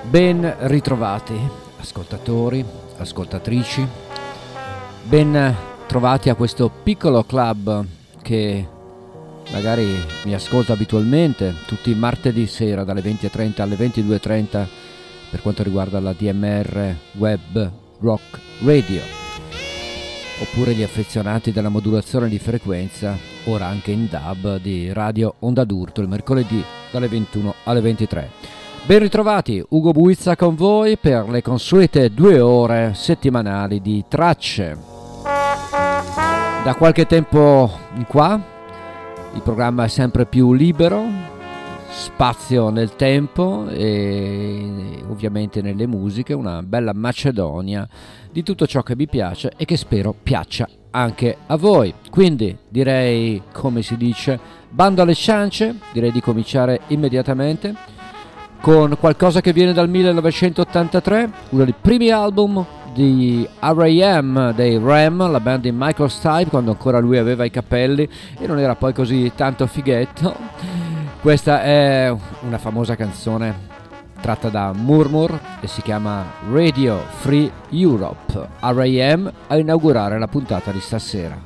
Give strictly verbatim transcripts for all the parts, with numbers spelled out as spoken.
Ben ritrovati ascoltatori, ascoltatrici, ben trovati a questo piccolo club che magari mi ascolta abitualmente tutti i martedì sera dalle venti e trenta alle ventidue e trenta per quanto riguarda la D M R Web Rock Radio, oppure gli affezionati della modulazione di frequenza, ora anche in D A B, di Radio Onda d'Urto il mercoledì dalle ventuno alle ventitré. Ben ritrovati, Ugo Buizza con voi per le consuete due ore settimanali di tracce. Da qualche tempo in qua il programma è sempre più libero, spazio nel tempo e ovviamente nelle musiche, una bella macedonia di tutto ciò che mi piace e che spero piaccia anche a voi. Quindi direi, come si dice, bando alle ciance, direi di cominciare immediatamente con qualcosa che viene dal millenovecentottantatré, uno dei primi album di R A M, dei Ram, la band di Michael Stipe, quando ancora lui aveva i capelli e non era poi così tanto fighetto. Questa è una famosa canzone tratta da Murmur e si chiama Radio Free Europe. R A M a inaugurare la puntata di stasera.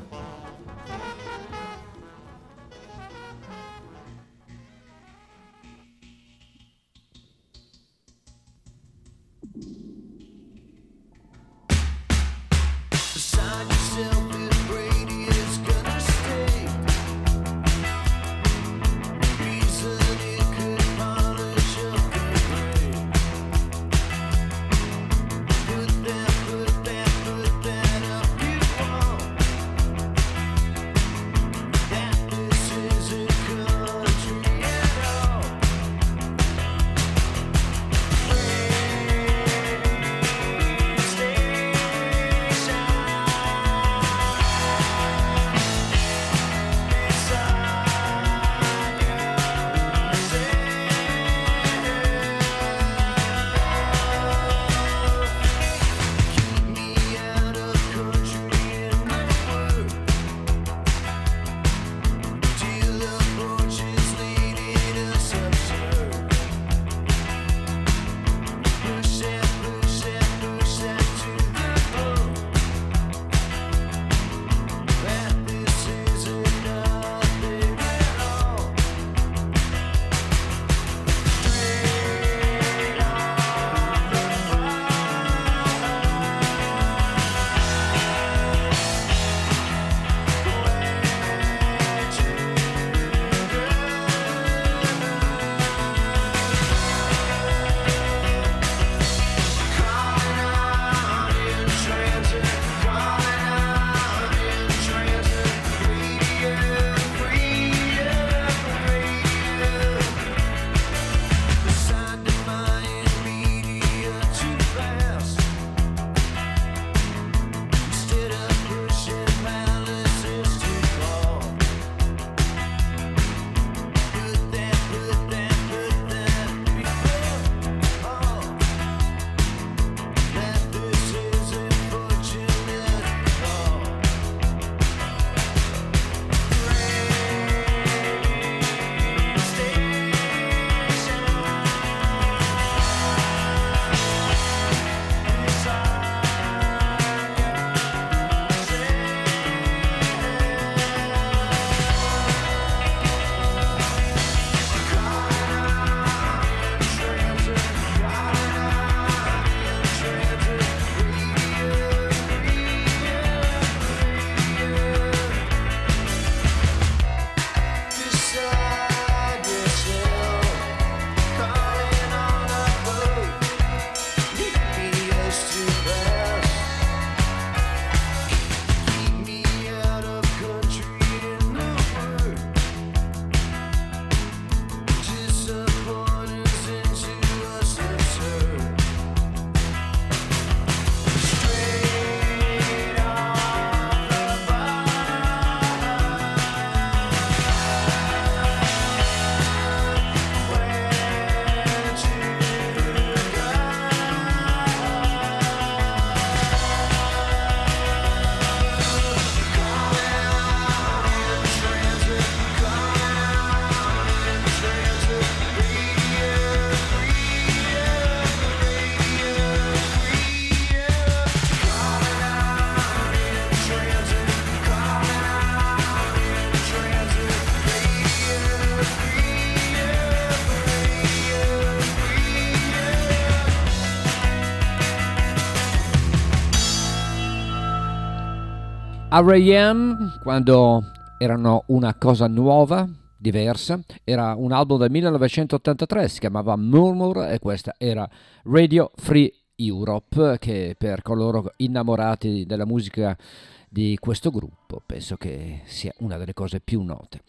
R E M quando erano una cosa nuova, diversa, era un album del millenovecentottantatré, si chiamava Murmur e questa era Radio Free Europe, che per coloro innamorati della musica di questo gruppo penso che sia una delle cose più note.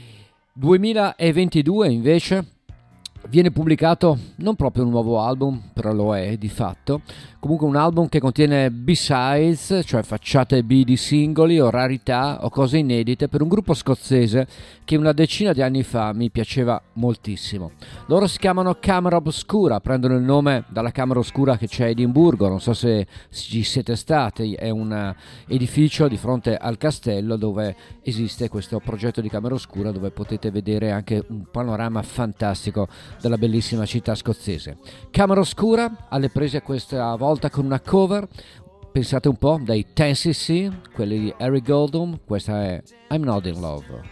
duemilaventidue invece viene pubblicato non proprio un nuovo album, però lo è di fatto, comunque un album che contiene B-sides, cioè facciate B di singoli o rarità o cose inedite per un gruppo scozzese che una decina di anni fa mi piaceva moltissimo. Loro si chiamano Camera Obscura, prendono il nome dalla Camera Oscura che c'è a Edimburgo, non so se ci siete stati, è un edificio di fronte al castello dove esiste questo progetto di Camera Oscura dove potete vedere anche un panorama fantastico della bellissima città scozzese. Camera Oscura alle prese questa volta con una cover, pensate un po', dai ten C C, quelli di Eric Goldham, questa è I'm Not In Love.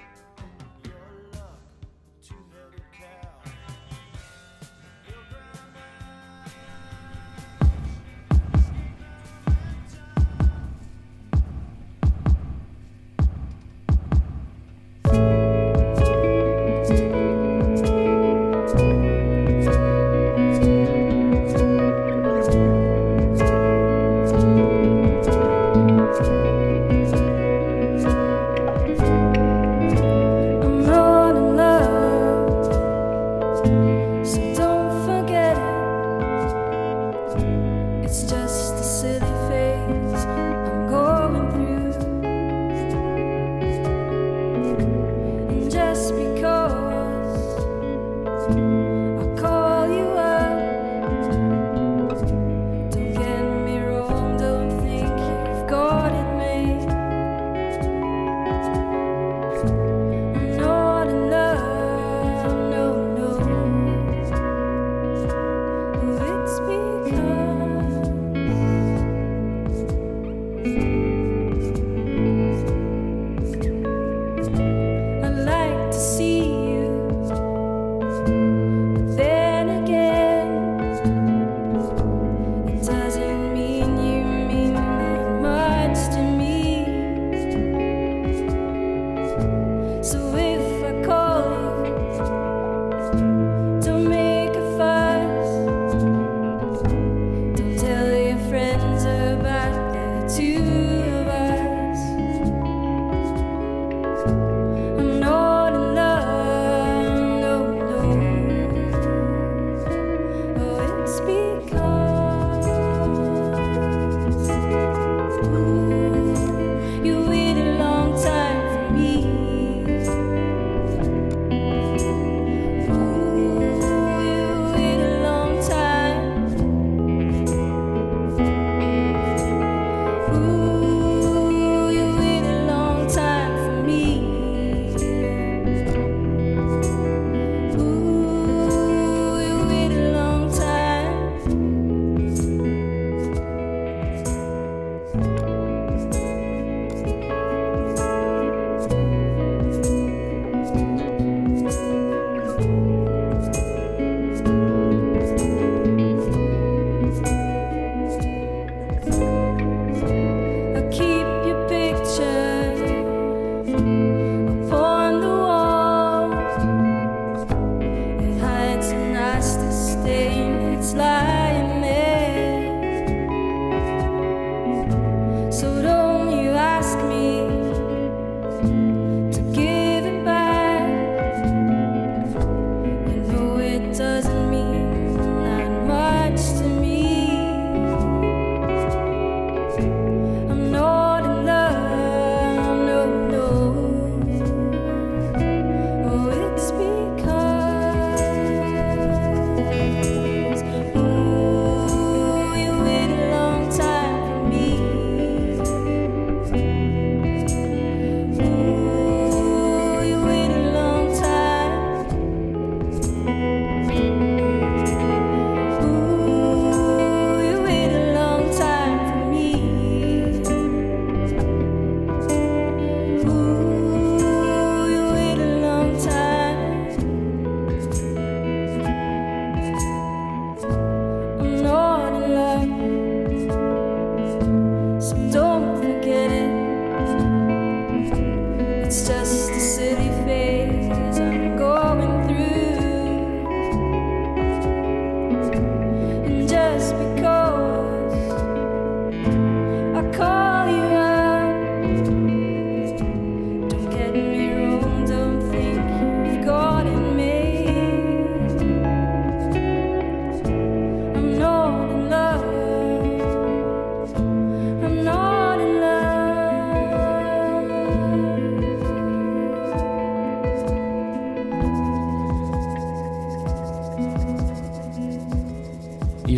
It's because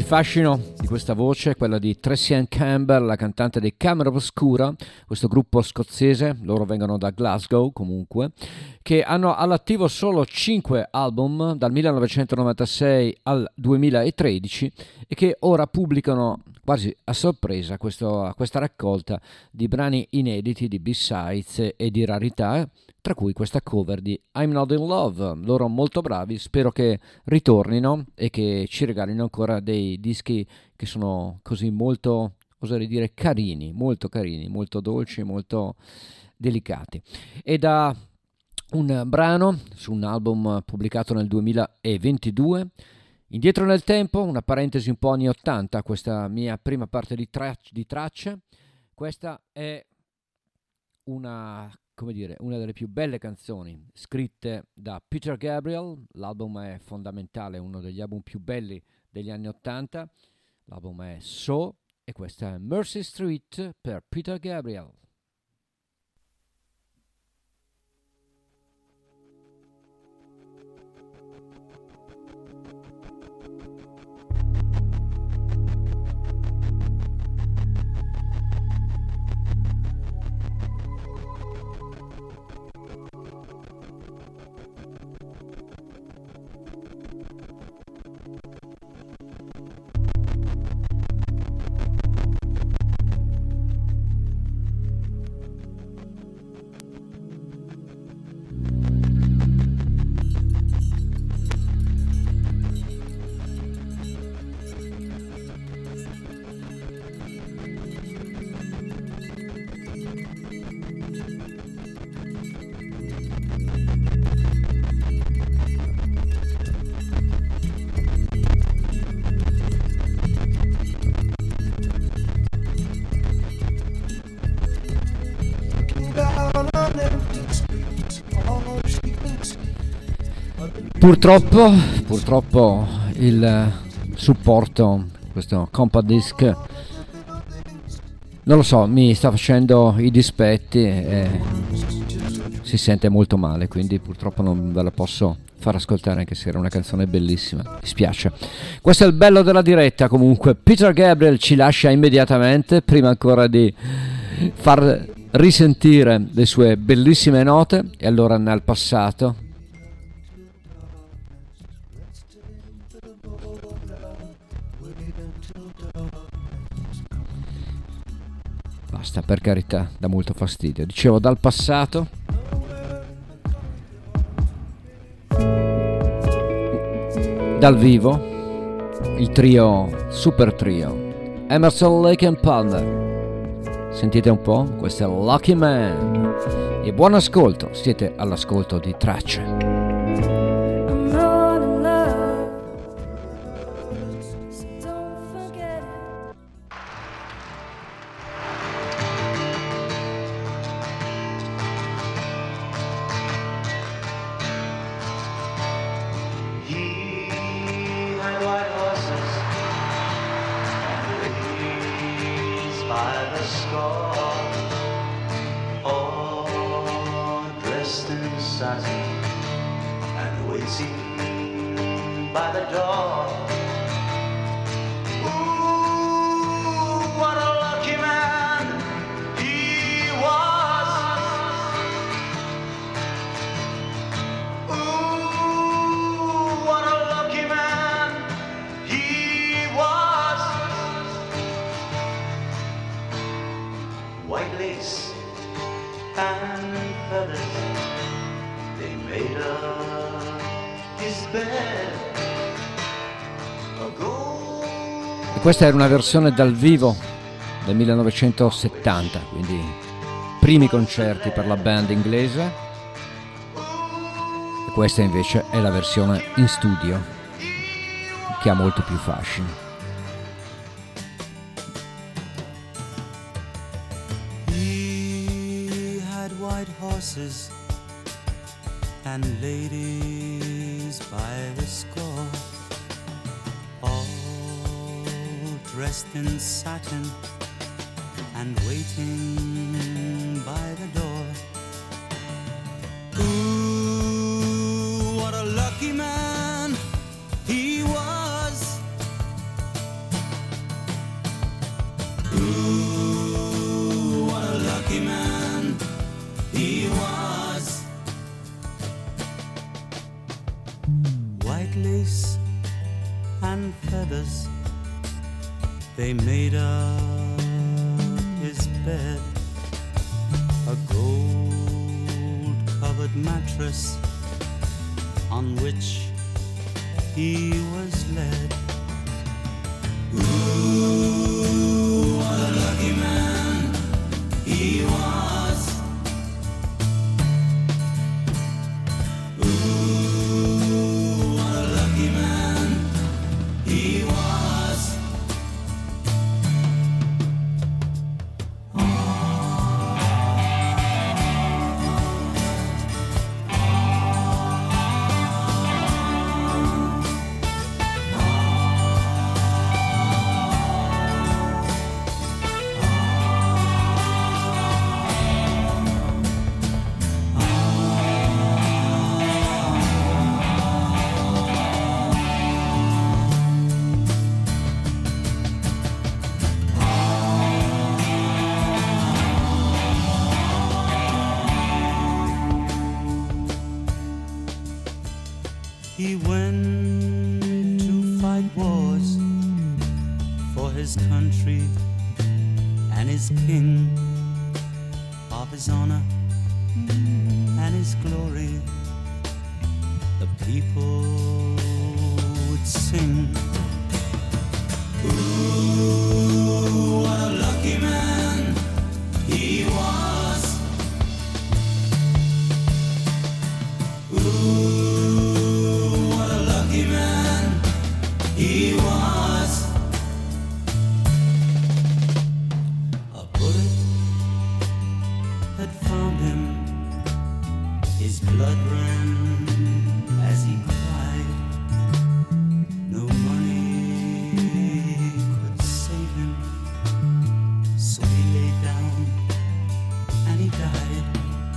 fascino di questa voce, quella di Tracy Ann Campbell, la cantante dei Camera Obscura, questo gruppo scozzese, loro vengono da Glasgow comunque, che hanno all'attivo solo cinque album dal millenovecentonovantasei al duemilatredici e che ora pubblicano quasi a sorpresa questo, questa raccolta di brani inediti, di B-sides e di rarità, tra cui questa cover di I'm Not In Love. Loro molto bravi, spero che ritornino e che ci regalino ancora dei dischi che sono così molto, oserei dire, carini, molto carini, molto dolci, molto delicati. E da un brano su un album pubblicato nel duemilaventidue, indietro nel tempo, una parentesi un po' anni ottanta, questa mia prima parte di, tra- di tracce. Questa è una, come dire, una delle più belle canzoni scritte da Peter Gabriel. L'album è fondamentale, uno degli album più belli degli anni ottanta. L'album è So e questa è Mercy Street per Peter Gabriel. Purtroppo, purtroppo il supporto, questo compact disc, non lo so, mi sta facendo i dispetti e si sente molto male, quindi purtroppo non ve la posso far ascoltare, anche se era una canzone bellissima, mi spiace. Questo è il bello della diretta. Comunque Peter Gabriel ci lascia immediatamente, prima ancora di far risentire le sue bellissime note, e allora nel passato. Basta, per carità, dà molto fastidio. Dicevo, dal passato. Dal vivo, il trio, super trio, Emerson, Lake and Palmer. Sentite un po', questo è Lucky Man. E buon ascolto, siete all'ascolto di Tracce. Questa era una versione dal vivo del millenovecentosettanta, quindi primi concerti per la band inglese, e questa invece è la versione in studio, che ha molto più fascino. He had white horses and ladies by the score, dressed in satin and waiting by the door. Ooh, what a lucky man he was. Ooh, what a lucky man he was. White lace and feathers, they made up his bed. A gold-covered mattress on which he was led. Ooh, what a lucky man he was. Ooh, what a lucky man he was. He went to fight wars for his country and his king, of his honor and his glory. The people would sing. Ooh, what a lucky man he was. Ooh, man he was. A bullet had found him. His blood ran as he cried. No money could save him, so he lay down and he died.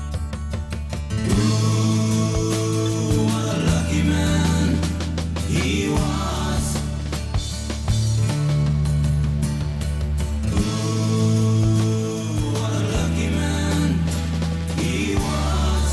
Ooh, what a lucky man he was. Ooh, what a lucky man he was.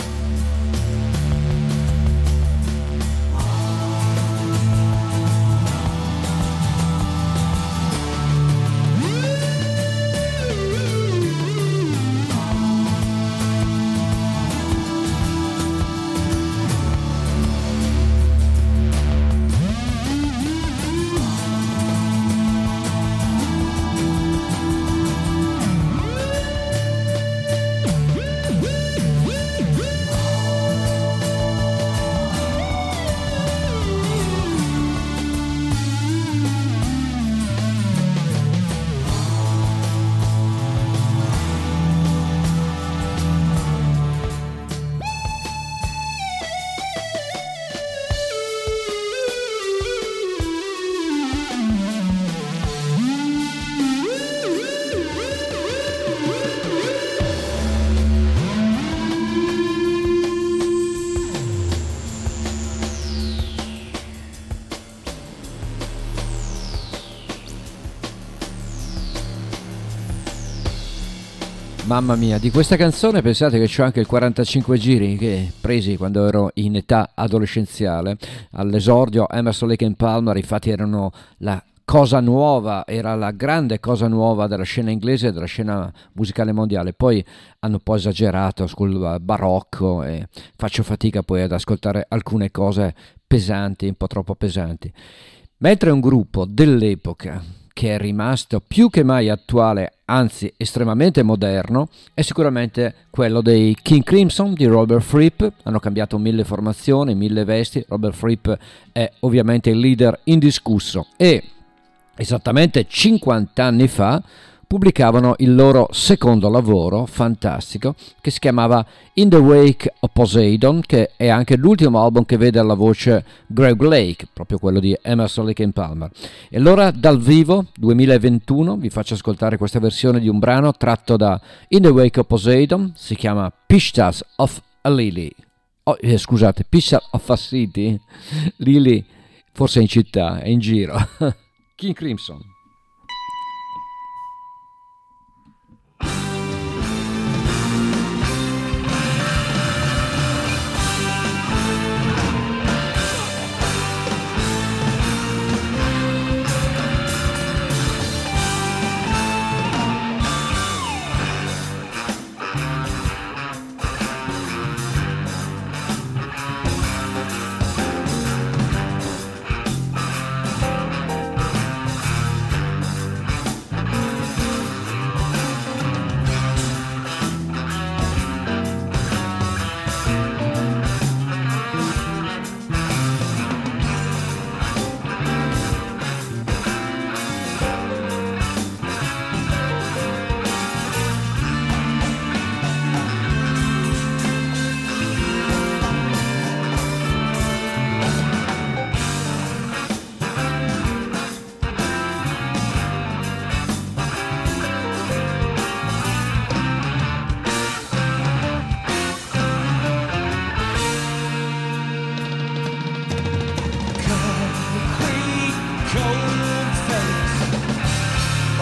Mamma mia, di questa canzone pensate che c'ho anche il quarantacinque giri che presi quando ero in età adolescenziale. All'esordio Emerson, Lake and Palmer infatti erano la cosa nuova, era la grande cosa nuova della scena inglese e della scena musicale mondiale. Poi hanno un po' esagerato sul barocco e faccio fatica poi ad ascoltare alcune cose pesanti, un po' troppo pesanti. Mentre un gruppo dell'epoca che è rimasto più che mai attuale, anzi estremamente moderno, è sicuramente quello dei King Crimson di Robert Fripp. Hanno cambiato mille formazioni, mille vesti. Robert Fripp è ovviamente il leader indiscusso e esattamente cinquanta anni fa pubblicavano il loro secondo lavoro fantastico che si chiamava In the Wake of Poseidon, che è anche l'ultimo album che vede alla voce Greg Lake, proprio quello di Emerson, Lake and Palmer. E allora dal vivo duemilaventuno vi faccio ascoltare questa versione di un brano tratto da In the Wake of Poseidon, si chiama Pictures of a Lily. Oh, eh, scusate, Pictures of a City? Lily forse è in città, è in giro. King Crimson.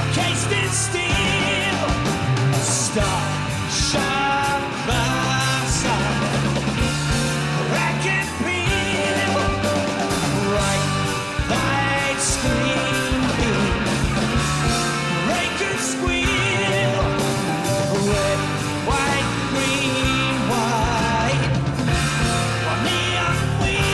cased in steel, star sharp by side, rack and peel, bright light screen beam, rake and squeal, red, white, green, white, or neon wheel.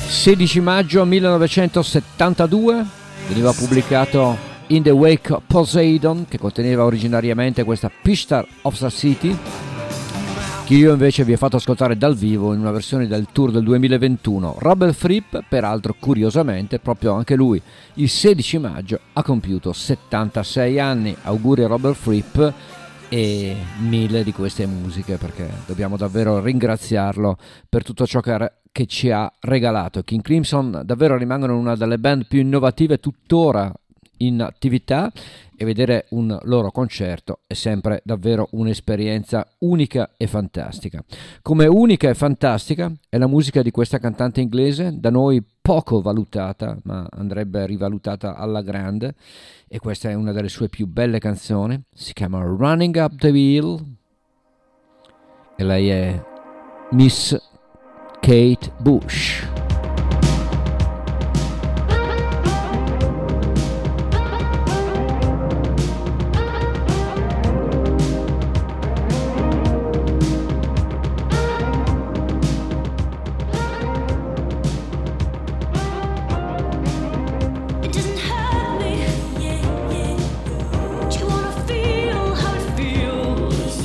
sedici maggio millenovecentosettantadue veniva pubblicato In the Wake of Poseidon, che conteneva originariamente questa Picture of the City, che io invece vi ho fatto ascoltare dal vivo in una versione del tour del duemilaventuno. Robert Fripp, peraltro curiosamente, proprio anche lui il sedici maggio ha compiuto settantasei anni. Auguri a Robert Fripp e mille di queste musiche, perché dobbiamo davvero ringraziarlo per tutto ciò che, che ci ha regalato. King Crimson davvero rimangono una delle band più innovative tuttora in attività, e vedere un loro concerto è sempre davvero un'esperienza unica e fantastica. Come unica e fantastica è la musica di questa cantante inglese, da noi poco valutata, ma andrebbe rivalutata alla grande, e questa è una delle sue più belle canzoni. Si chiama Running Up the Hill e lei è Miss Kate Bush.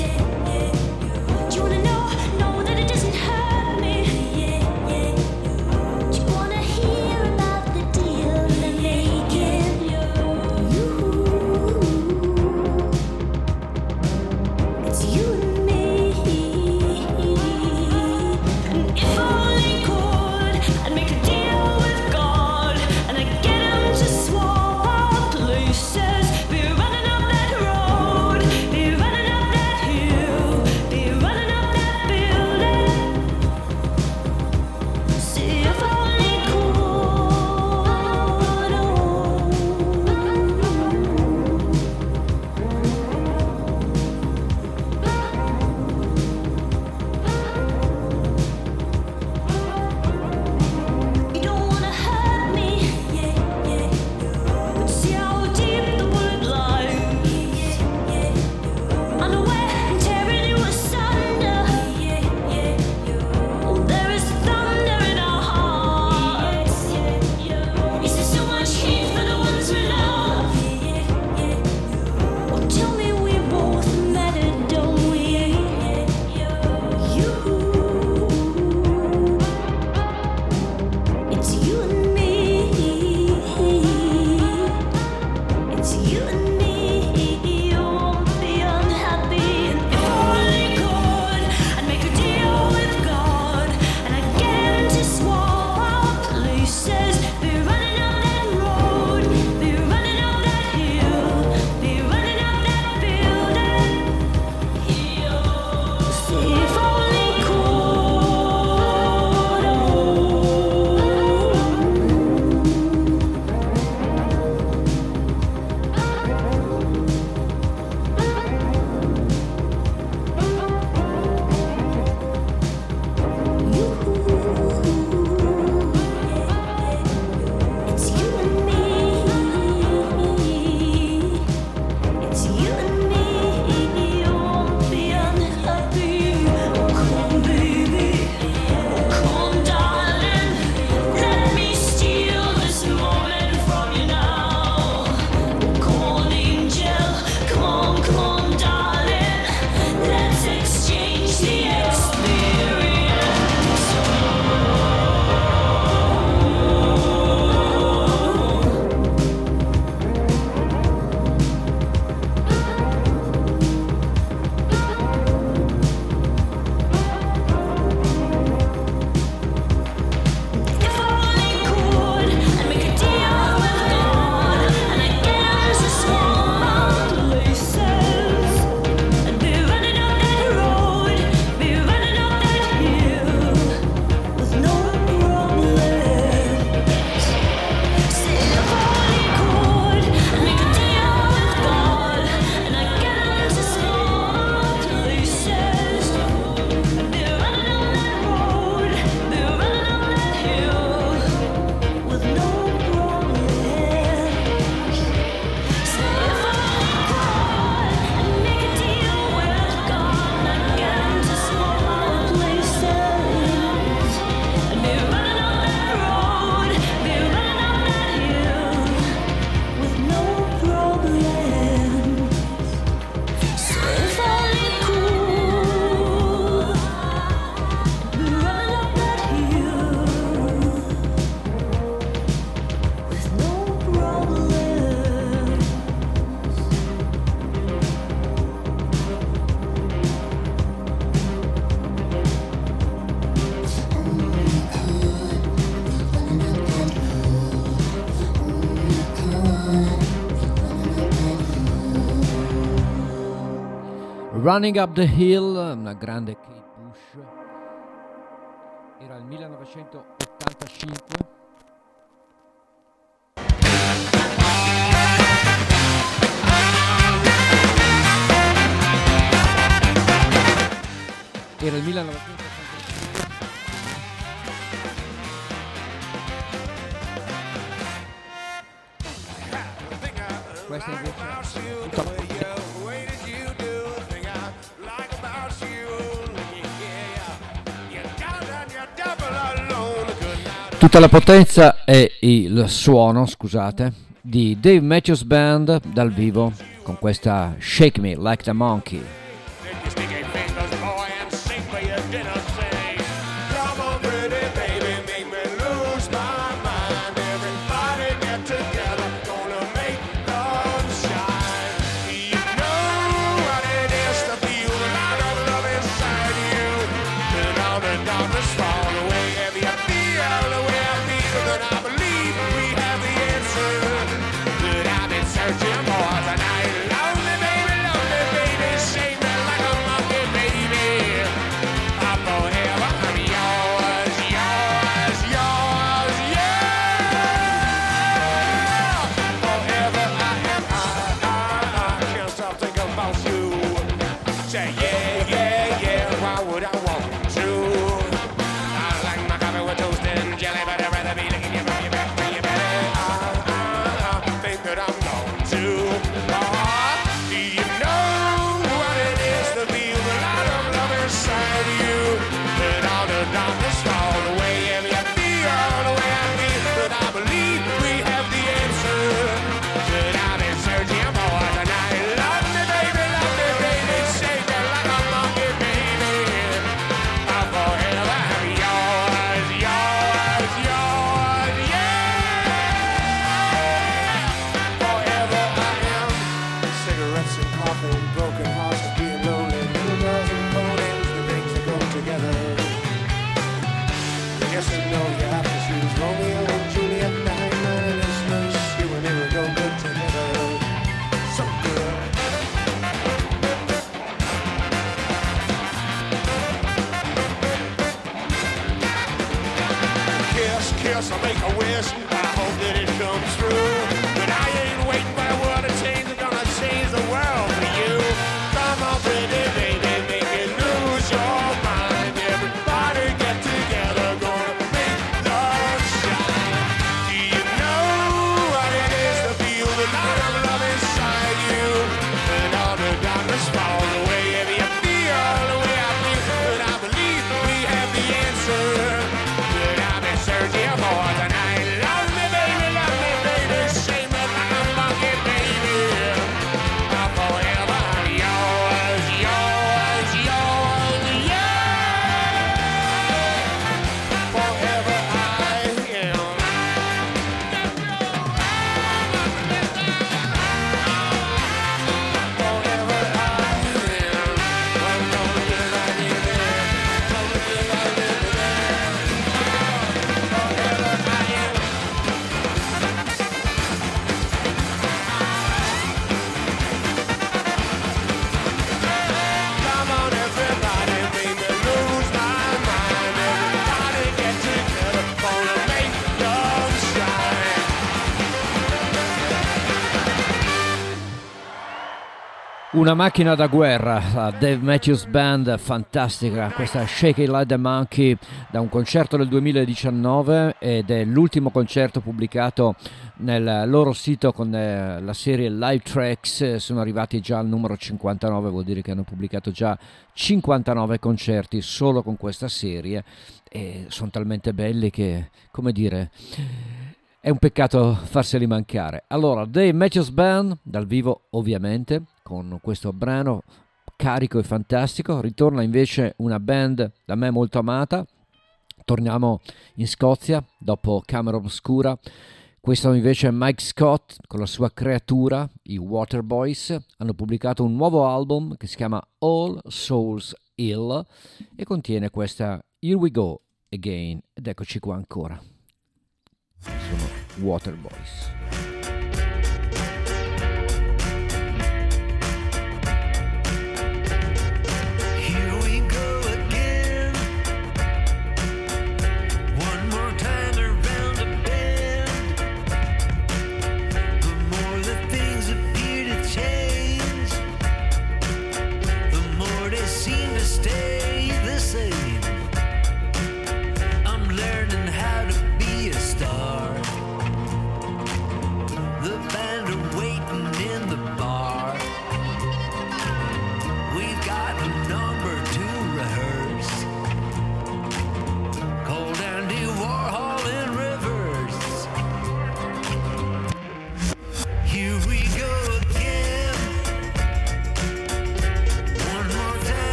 Do you wanna know, know that it doesn't hurt me? Yeah, yeah. Running Up the Hill, una grande Kate Bush, era il millenovecentottantacinque. Era il millenovecentottantacinque. Questa invece tutta la Tutta la potenza e il suono, scusate, di Dave Matthews Band dal vivo con questa Shake Me Like the Monkey. Una macchina da guerra, la Dave Matthews Band, fantastica, questa Shake It Like the Monkey da un concerto del duemiladiciannove ed è l'ultimo concerto pubblicato nel loro sito con la serie Live Tracks. Sono arrivati già al numero cinquantanove, vuol dire che hanno pubblicato già cinquantanove concerti solo con questa serie e sono talmente belli che, come dire, è un peccato farseli mancare. Allora, Dave Matthews Band dal vivo ovviamente con questo brano carico e fantastico. Ritorna invece una band da me molto amata. Torniamo in Scozia dopo Camera Obscura. Questo invece è Mike Scott con la sua creatura, i Waterboys. Hanno pubblicato un nuovo album che si chiama All Souls Hill e contiene questa Here We Go Again. Ed eccoci qua ancora. Sono Waterboys.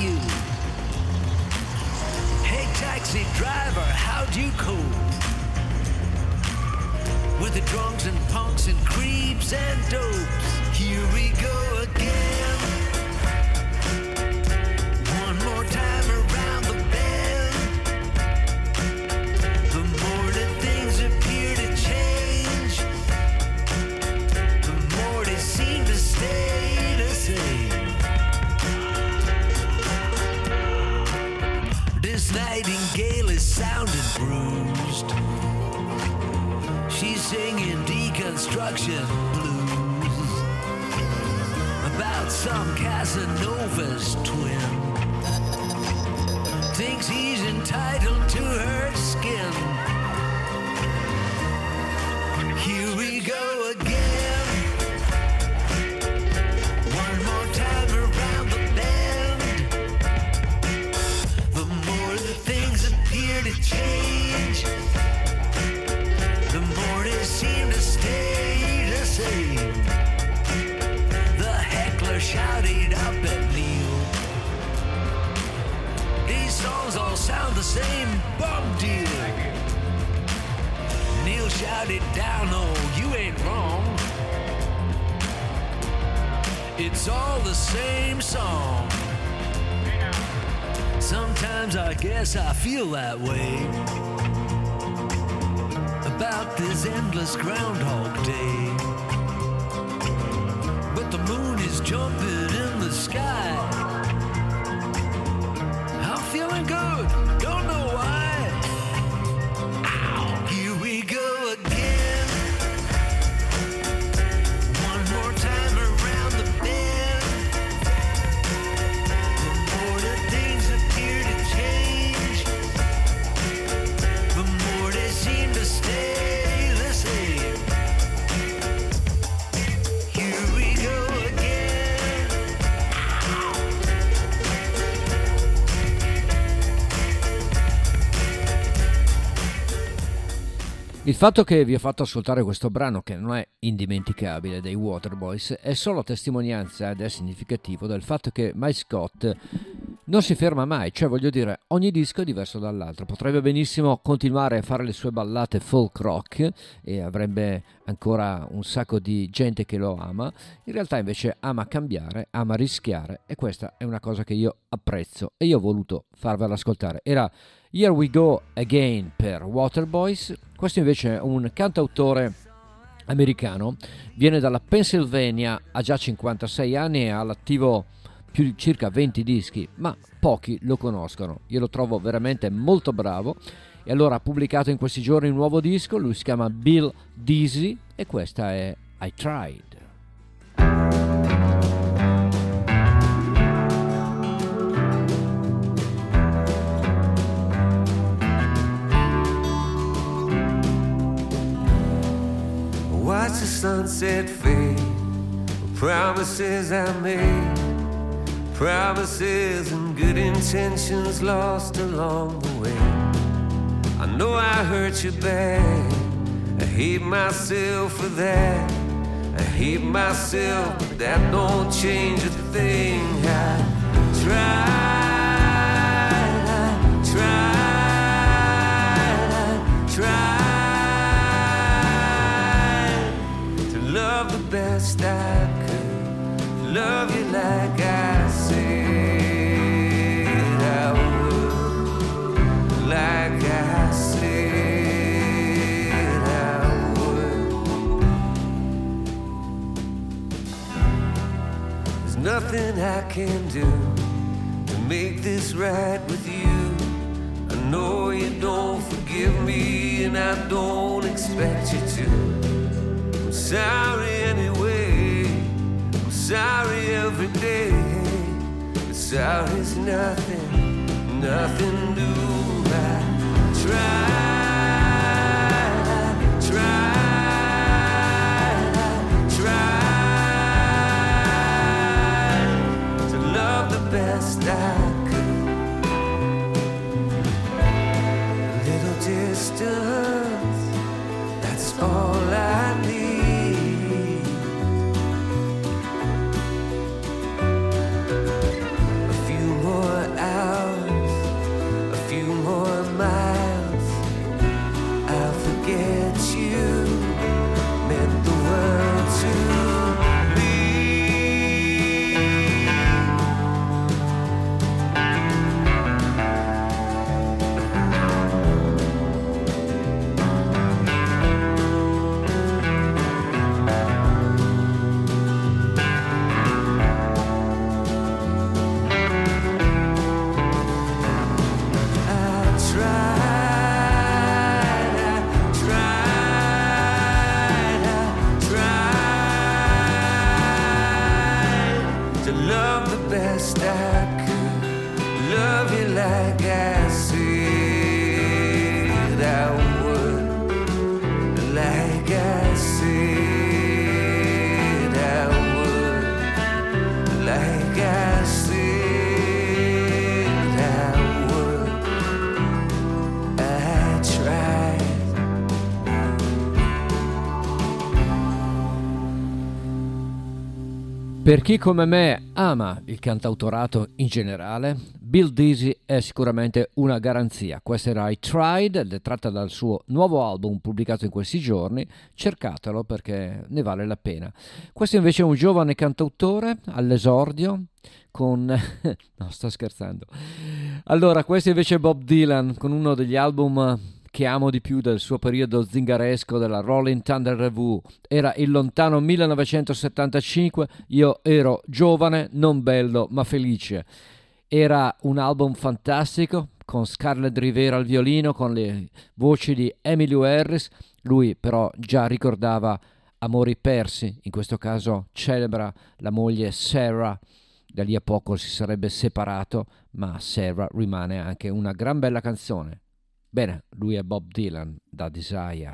you? Hey, taxi driver, how'd you cope with the drunks and punks and creeps and dopes? Here we go again. One more time around the bend. The more that things appear to change, the more they seem to stay the same. This nightingale is sounding bruised. She's singing deconstruction blues about some Casanova's twin. Thinks he's entitled to her skin. Here we go again. One more time around the bend. The more that things appear to change, the more they seem to stay the same. The heckler shouted up at Neil, these songs all sound the same, bum deal. Neil shouted down, oh, you ain't wrong. It's all the same song. Sometimes I guess I feel that way about this endless Groundhog Day. But the moon is jumping in the sky. I'm feeling good, don't know why. Ow. Here we go again. One more time around the bend. The more that things appear to change, the more they seem to stay the same. Here we go again. Il fatto che vi ho fatto ascoltare questo brano, che non è indimenticabile, dei Waterboys, è solo testimonianza ed è significativo del fatto che Mike Scott non si ferma mai, cioè voglio dire, ogni disco è diverso dall'altro. Potrebbe benissimo continuare a fare le sue ballate folk rock e avrebbe ancora un sacco di gente che lo ama. In realtà invece ama cambiare, ama rischiare, e questa è una cosa che io apprezzo e io ho voluto farvela ascoltare. Era Here We Go Again per Waterboys. Questo invece è un cantautore americano, viene dalla Pennsylvania, ha già cinquantasei anni e ha all'attivo più di circa venti dischi, ma pochi lo conoscono. Io lo trovo veramente molto bravo e allora ha pubblicato in questi giorni un nuovo disco. Lui si chiama Bill Deasy e questa è I Tried. Watch the sunset fade, promises I made, promises and good intentions lost along the way. I know I hurt you bad, I hate myself for that, I hate myself, but that don't change a thing. I tried, I tried, I tried love the best I could, love you like I said I would, like I said I would. There's nothing I can do to make this right with you. I know you don't forgive me and I don't expect you to. Sorry anyway, I'm sorry every day, but sorry's nothing, nothing new. I tried, I tried, I tried to love the best I could. A little distance, that's all I need. More Per chi come me ama il cantautorato in generale, Bill Deasy è sicuramente una garanzia. Questa era I Tried ed è tratta dal suo nuovo album pubblicato in questi giorni. Cercatelo perché ne vale la pena. Questo invece è un giovane cantautore all'esordio con... no, sto scherzando. Allora, questo invece è Bob Dylan con uno degli album che amo di più del suo periodo zingaresco della Rolling Thunder Revue. Era il lontano millenovecentosettantacinque, io ero giovane, non bello ma felice. Era un album fantastico con Scarlett Rivera al violino, con le voci di Emmylou Harris. Lui però già ricordava amori persi, in questo caso celebra la moglie Sarah. Da lì a poco si sarebbe separato, ma Sarah rimane anche una gran bella canzone. Bene, lui è Bob Dylan da Desire.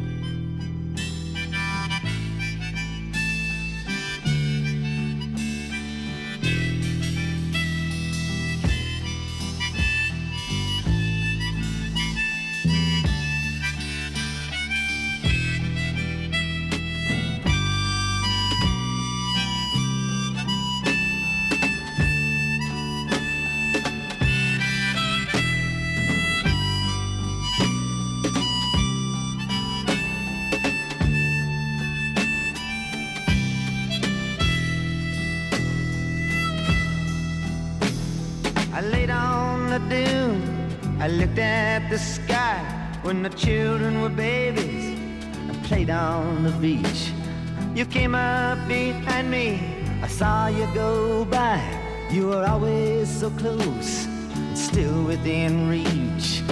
I laid on the dune, I looked at the sky when the children were babies and played on the beach. You came up behind me, I saw you go by. You were always so close and still within reach.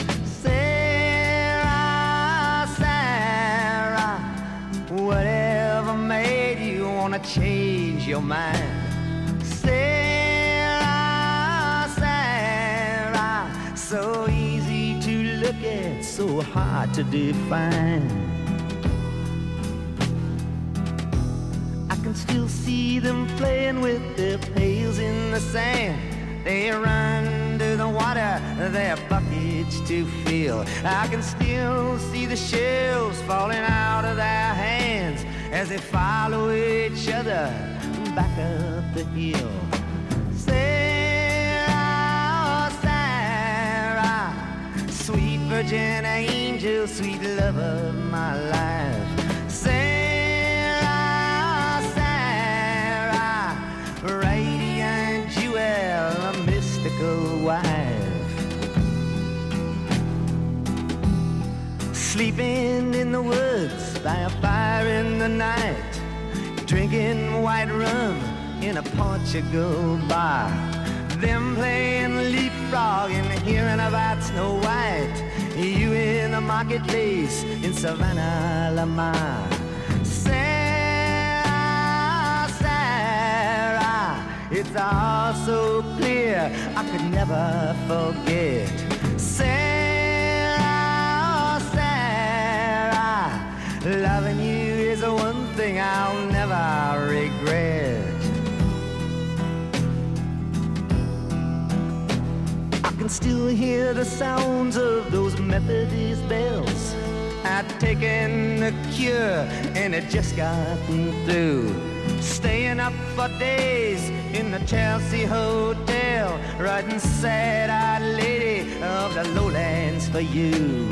Sarah, Sarah, whatever made you wanna change your mind? So easy to look at, so hard to define. I can still see them playing with their pails in the sand. They run to the water, their buckets to fill. I can still see the shells falling out of their hands as they follow each other back up the hill. Sweet virgin angel, sweet love of my life. Sarah, Sarah, radiant jewel, a mystical wife. Sleeping in the woods by a fire in the night, drinking white rum in a Portugal bar. Them playing leapfrog and hearing about Snow White. You in the marketplace in Savannah, Lamar. Sarah, Sarah, it's all so clear I could never forget. Sarah, Sarah, loving you is the one thing I'll never regret. I can still hear the sounds of those Methodist bells. I'd taken the cure and it just gotten through. Staying up for days in the Chelsea Hotel, writing sad-eyed lady of the lowlands for you.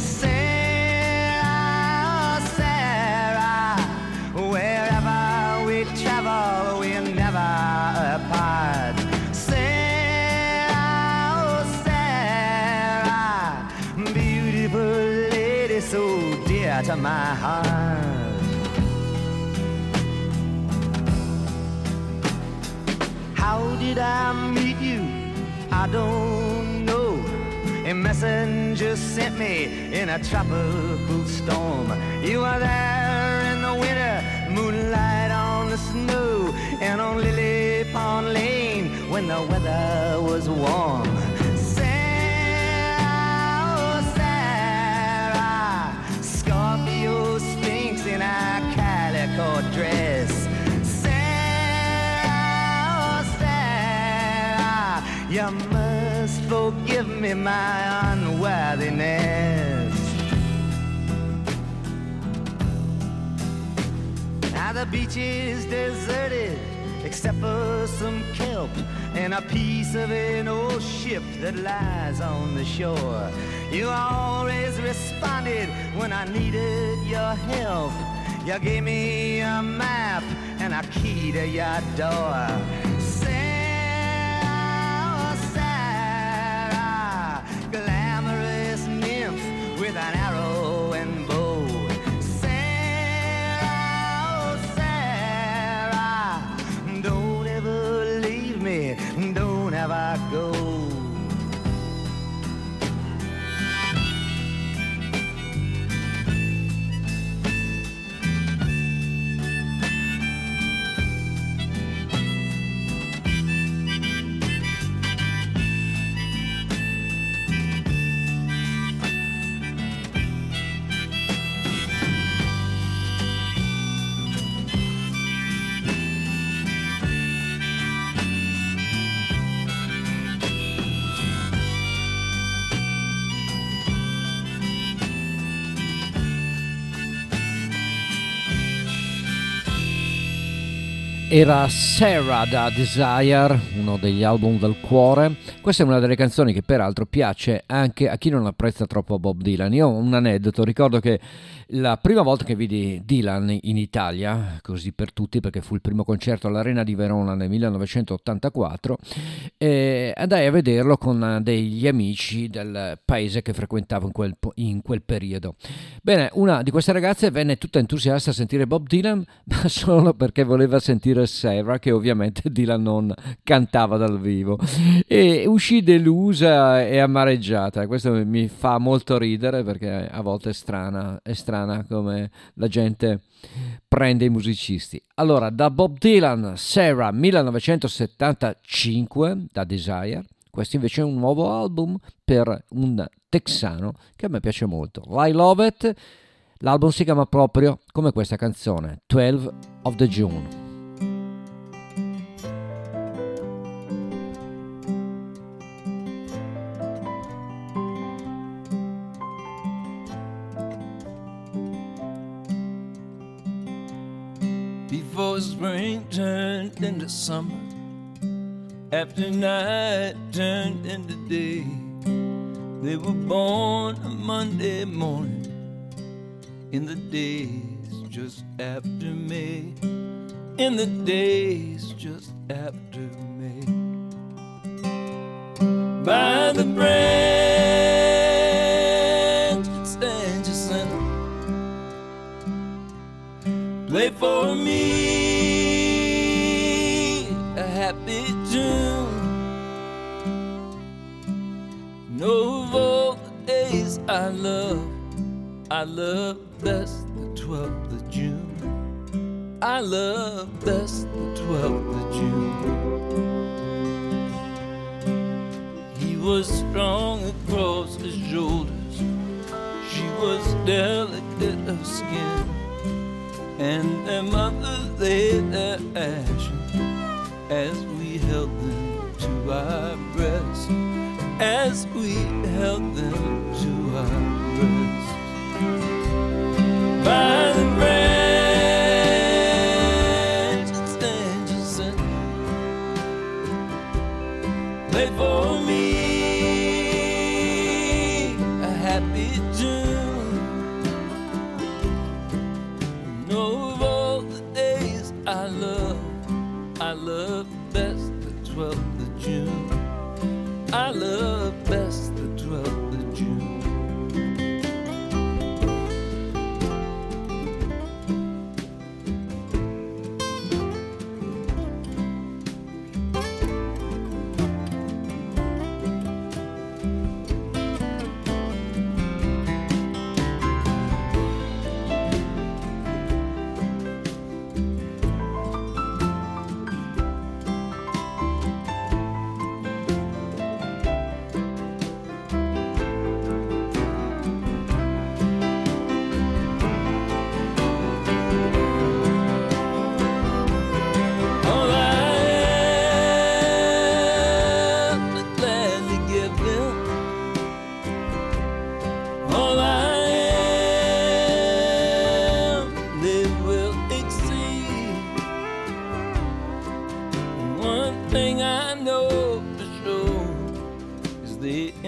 Sarah, Sarah, wherever we travel, we're never apart. So dear to my heart. How did I meet you? I don't know. A messenger sent me in a tropical storm. You were there in the winter, moonlight on the snow, and on Lily Pond Lane when the weather was warm. Scorpio Sphinx in a calico dress. Sarah, Sarah, you must forgive me my unworthiness. Now the beach is deserted, except for some kelp and a piece of an old ship that lies on the shore. You always responded when I needed your help. You gave me a map and a key to your door. Sarah, Sarah, glamorous nymph with an arrow and bow. Sarah, oh Sarah, don't ever leave me, don't ever go. Era Sarah da Desire, uno degli album del cuore. Questa è una delle canzoni che peraltro piace anche a chi non apprezza troppo Bob Dylan. Io ho un aneddoto, ricordo che la prima volta che vidi Dylan in Italia, così per tutti perché fu il primo concerto all'Arena di Verona nel millenovecentottantaquattro, eh, andai a vederlo con degli amici del paese che frequentavo in quel, in quel periodo. Bene, una di queste ragazze venne tutta entusiasta a sentire Bob Dylan, ma solo perché voleva sentire Sarah, che ovviamente Dylan non cantava dal vivo, e uscì delusa e amareggiata. Questo mi fa molto ridere perché a volte è strana, è strana come la gente prende i musicisti. Allora, da Bob Dylan, Sarah, millenovecentosettantacinque, da Desire. Questo invece è un nuovo album per un texano che a me piace molto, I Love It. L'album si chiama proprio come questa canzone, twelve of the June. Before spring turned into summer, after night turned into day, they were born a Monday morning in the days just after May, in the days just after May. By the branch at San Jacinto, play for me a happy tune. Know of all the days I love, I love best the twelfth of June. I love best the twelfth of June. He was strong across his shoulders, she was delicate of skin, and their mother laid their ashes as we held them to our breasts, as we held them to our breasts. By the branch at San Jacinto, play for me a happy tune. Know of all the days I love, I love best the twelfth of June. I love best the twelfth of June.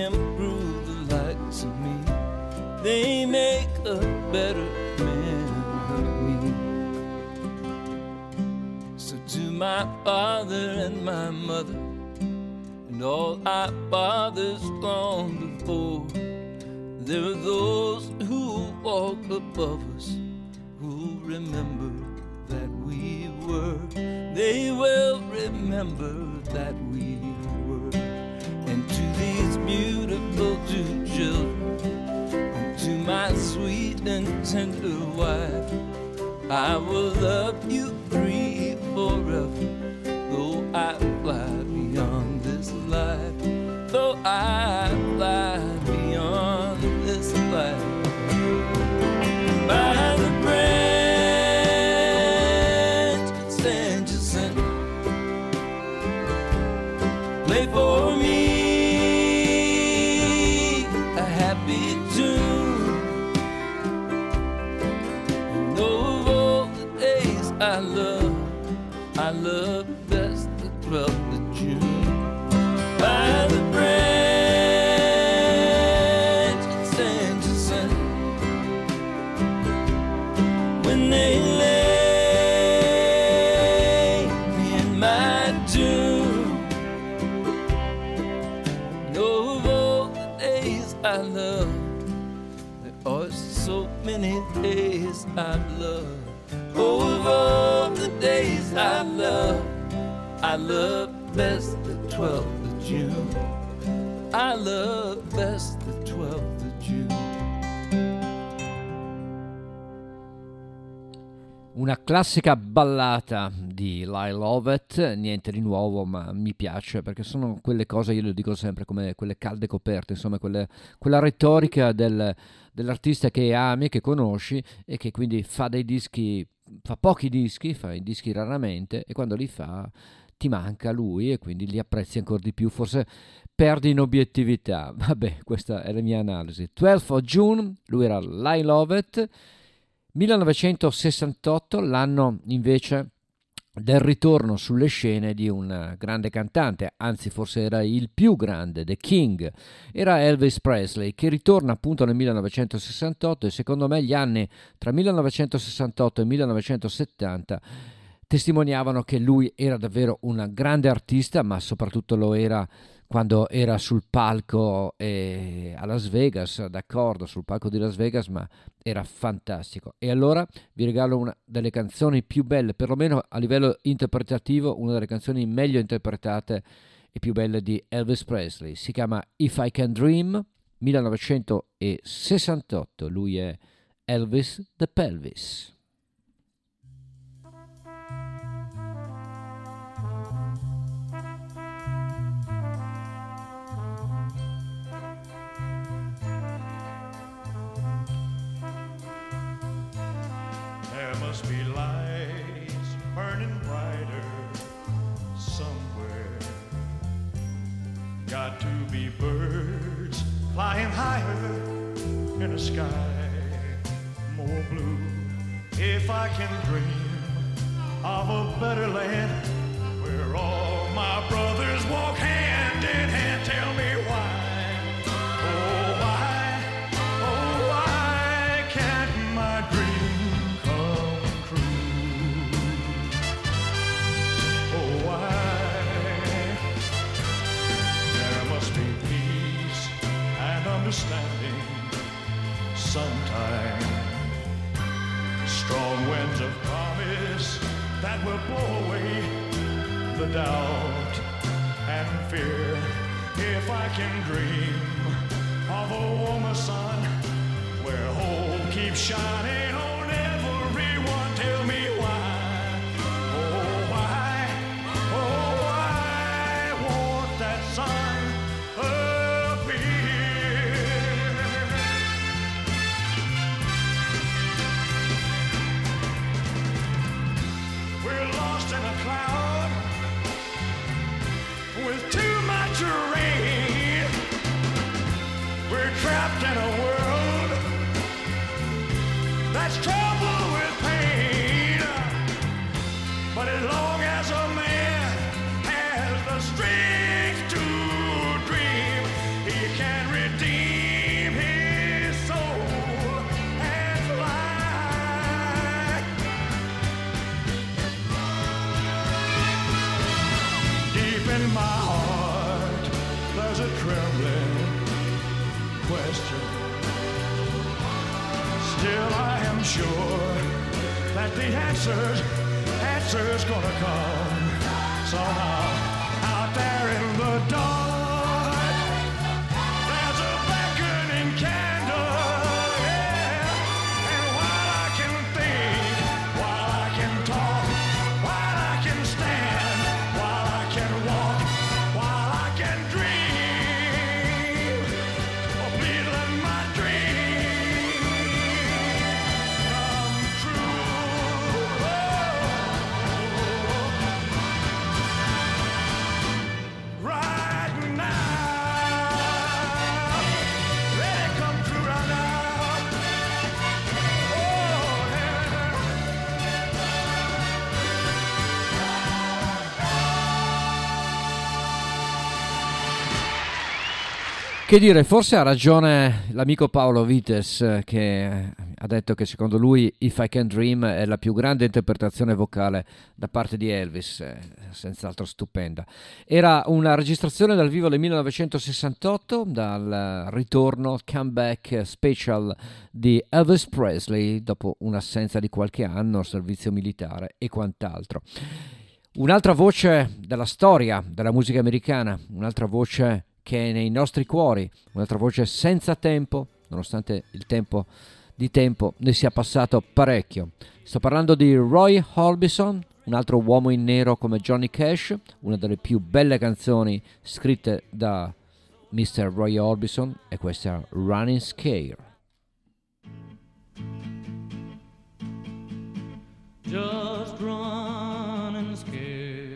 improve the likes of me. They make a better man of me. So to my father and my mother, and all our fathers long before, there are those who walk above us, who remember that we were. They will remember that we were. And to these beautiful two children, and to my sweet and tender wife, I will love you three forever, though I fly beyond this life, though I fly beyond this life. By the branch that Saint Jacinth, play for me a happy tune. And of all the days I love, I love best the twelfth of June. By the branch at Saint Jacinth, when they lay me in my tomb. And of all the days I love, there are so many days I love. Oh, of all the days I love, I love best the twelfth of June. I love best the twelfth of June. Una classica ballata di Lyle Lovett, niente di nuovo, ma mi piace perché sono quelle cose, io lo dico sempre, come quelle calde coperte, insomma quelle, quella retorica del, dell'artista che ami, che conosci e che quindi fa dei dischi, fa pochi dischi, fa i dischi raramente e quando li fa ti manca lui e quindi li apprezzi ancora di più, forse perdi in obiettività. Vabbè, questa è la mia analisi. twelfth of June, lui era Lyle Lovett. millenovecentosessantotto, l'anno invece del ritorno sulle scene di un grande cantante, anzi forse era il più grande, The King, era Elvis Presley, che ritorna appunto nel millenovecentosessantotto e secondo me gli anni tra millenovecentosessantotto e millenovecentosettanta testimoniavano che lui era davvero un grande artista, ma soprattutto lo era quando era sul palco eh, a Las Vegas, d'accordo, sul palco di Las Vegas, ma era fantastico. E allora vi regalo una delle canzoni più belle, perlomeno a livello interpretativo, una delle canzoni meglio interpretate e più belle di Elvis Presley. Si chiama If I Can Dream, millenovecentosessantotto. Lui è Elvis the Pelvis. Must be lights burning brighter somewhere. Got to be birds flying higher in a sky more blue. If I can dream of a better land where all my brothers walk hand in hand, tell me why. Oh, why, oh, why can't my dream understanding sometime, strong winds of promise that will blow away the doubt and fear. If I can dream of a warmer sun where hope keeps shining on everyone, tell me why, oh why, oh why won't that sun rain? We're trapped in a world that's trapped in my heart there's a trembling question. Still I am sure that the answers, answers gonna come somehow. Out there in the dark, there's a beckoning candle, yeah. And while I can think, while I can talk, while I can stand, while I can walk, while I can dream, oh please let my dream come true. Right now, let it come true right now. Oh, yeah. Che dire, forse ha ragione l'amico Paolo Vites, eh, che ha detto che secondo lui If I Can Dream è la più grande interpretazione vocale da parte di Elvis, eh, senz'altro stupenda. Era una registrazione dal vivo del millenovecentosessantotto, dal ritorno, comeback special di Elvis Presley dopo un'assenza di qualche anno, servizio militare e quant'altro. Un'altra voce della storia della musica americana, un'altra voce che è nei nostri cuori, un'altra voce senza tempo, nonostante il tempo di tempo ne sia passato parecchio. Sto parlando di Roy Orbison, un altro uomo in nero come Johnny Cash, una delle più belle canzoni scritte da mister Roy Orbison, e questa è Running Scare. Just running scared.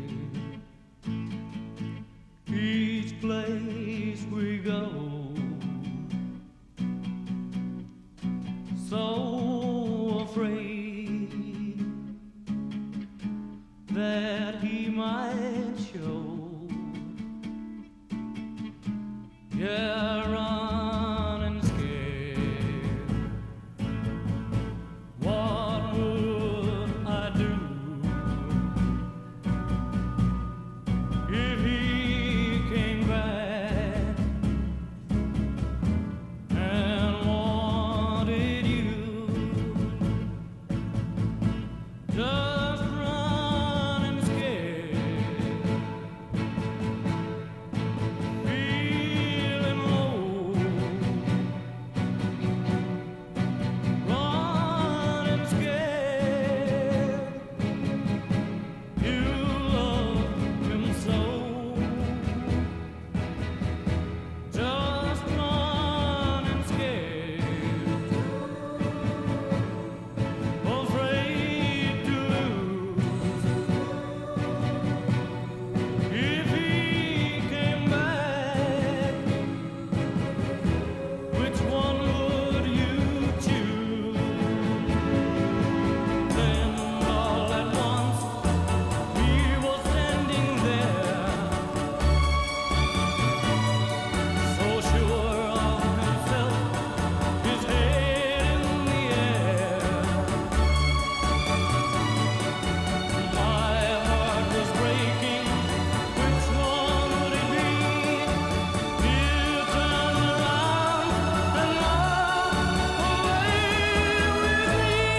Each place we go, so afraid that he might show. Yeah, running scared. What would I do if he came back and wanted you? Just running scared, feeling low, running scared. You love him so, just running scared, afraid to lose. If he came back, which one would you choose? Then all at once he was standing there, so sure of himself, his head in the air. My heart was breaking, which one would it be? He'll turn around and walk away with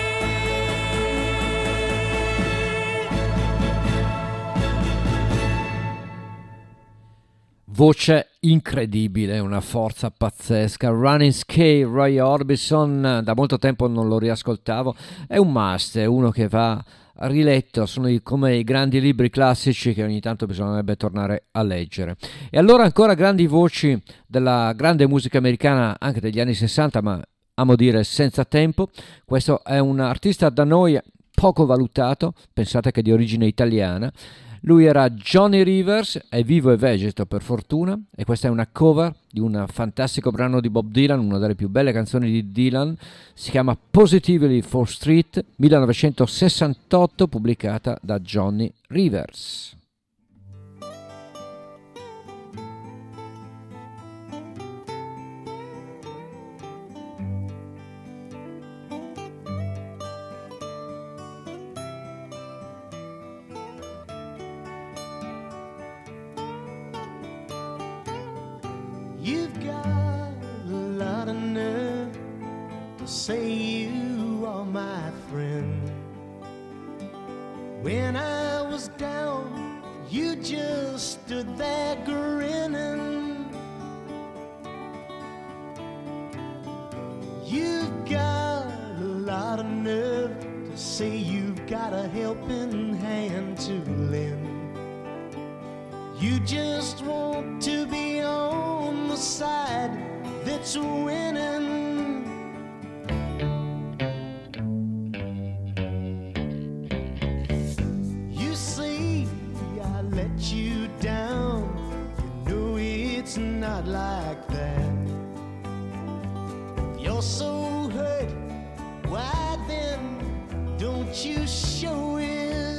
Voce incredibile, una forza pazzesca. Running Scare, Roy Orbison, da molto tempo non lo riascoltavo, è un must, è uno che va riletto, sono i- come i grandi libri classici che ogni tanto bisognerebbe tornare a leggere. E allora ancora grandi voci della grande musica americana anche degli anni sessanta, ma amo dire senza tempo. Questo è un artista da noi poco valutato, pensate che è di origine italiana. Lui era Johnny Rivers, è vivo e vegeto per fortuna, e questa è una cover di un fantastico brano di Bob Dylan, una delle più belle canzoni di Dylan, si chiama Positively for Street, millenovecentosessantotto, pubblicata da Johnny Rivers. say you are my friend. When I was down, you just stood there grinning. You've got a lot of nerve to say you've got a helping hand to lend. You just want to be on the side that's winning. You see, I let you down. You know it's not like that. You're so hurt, why then don't you show it?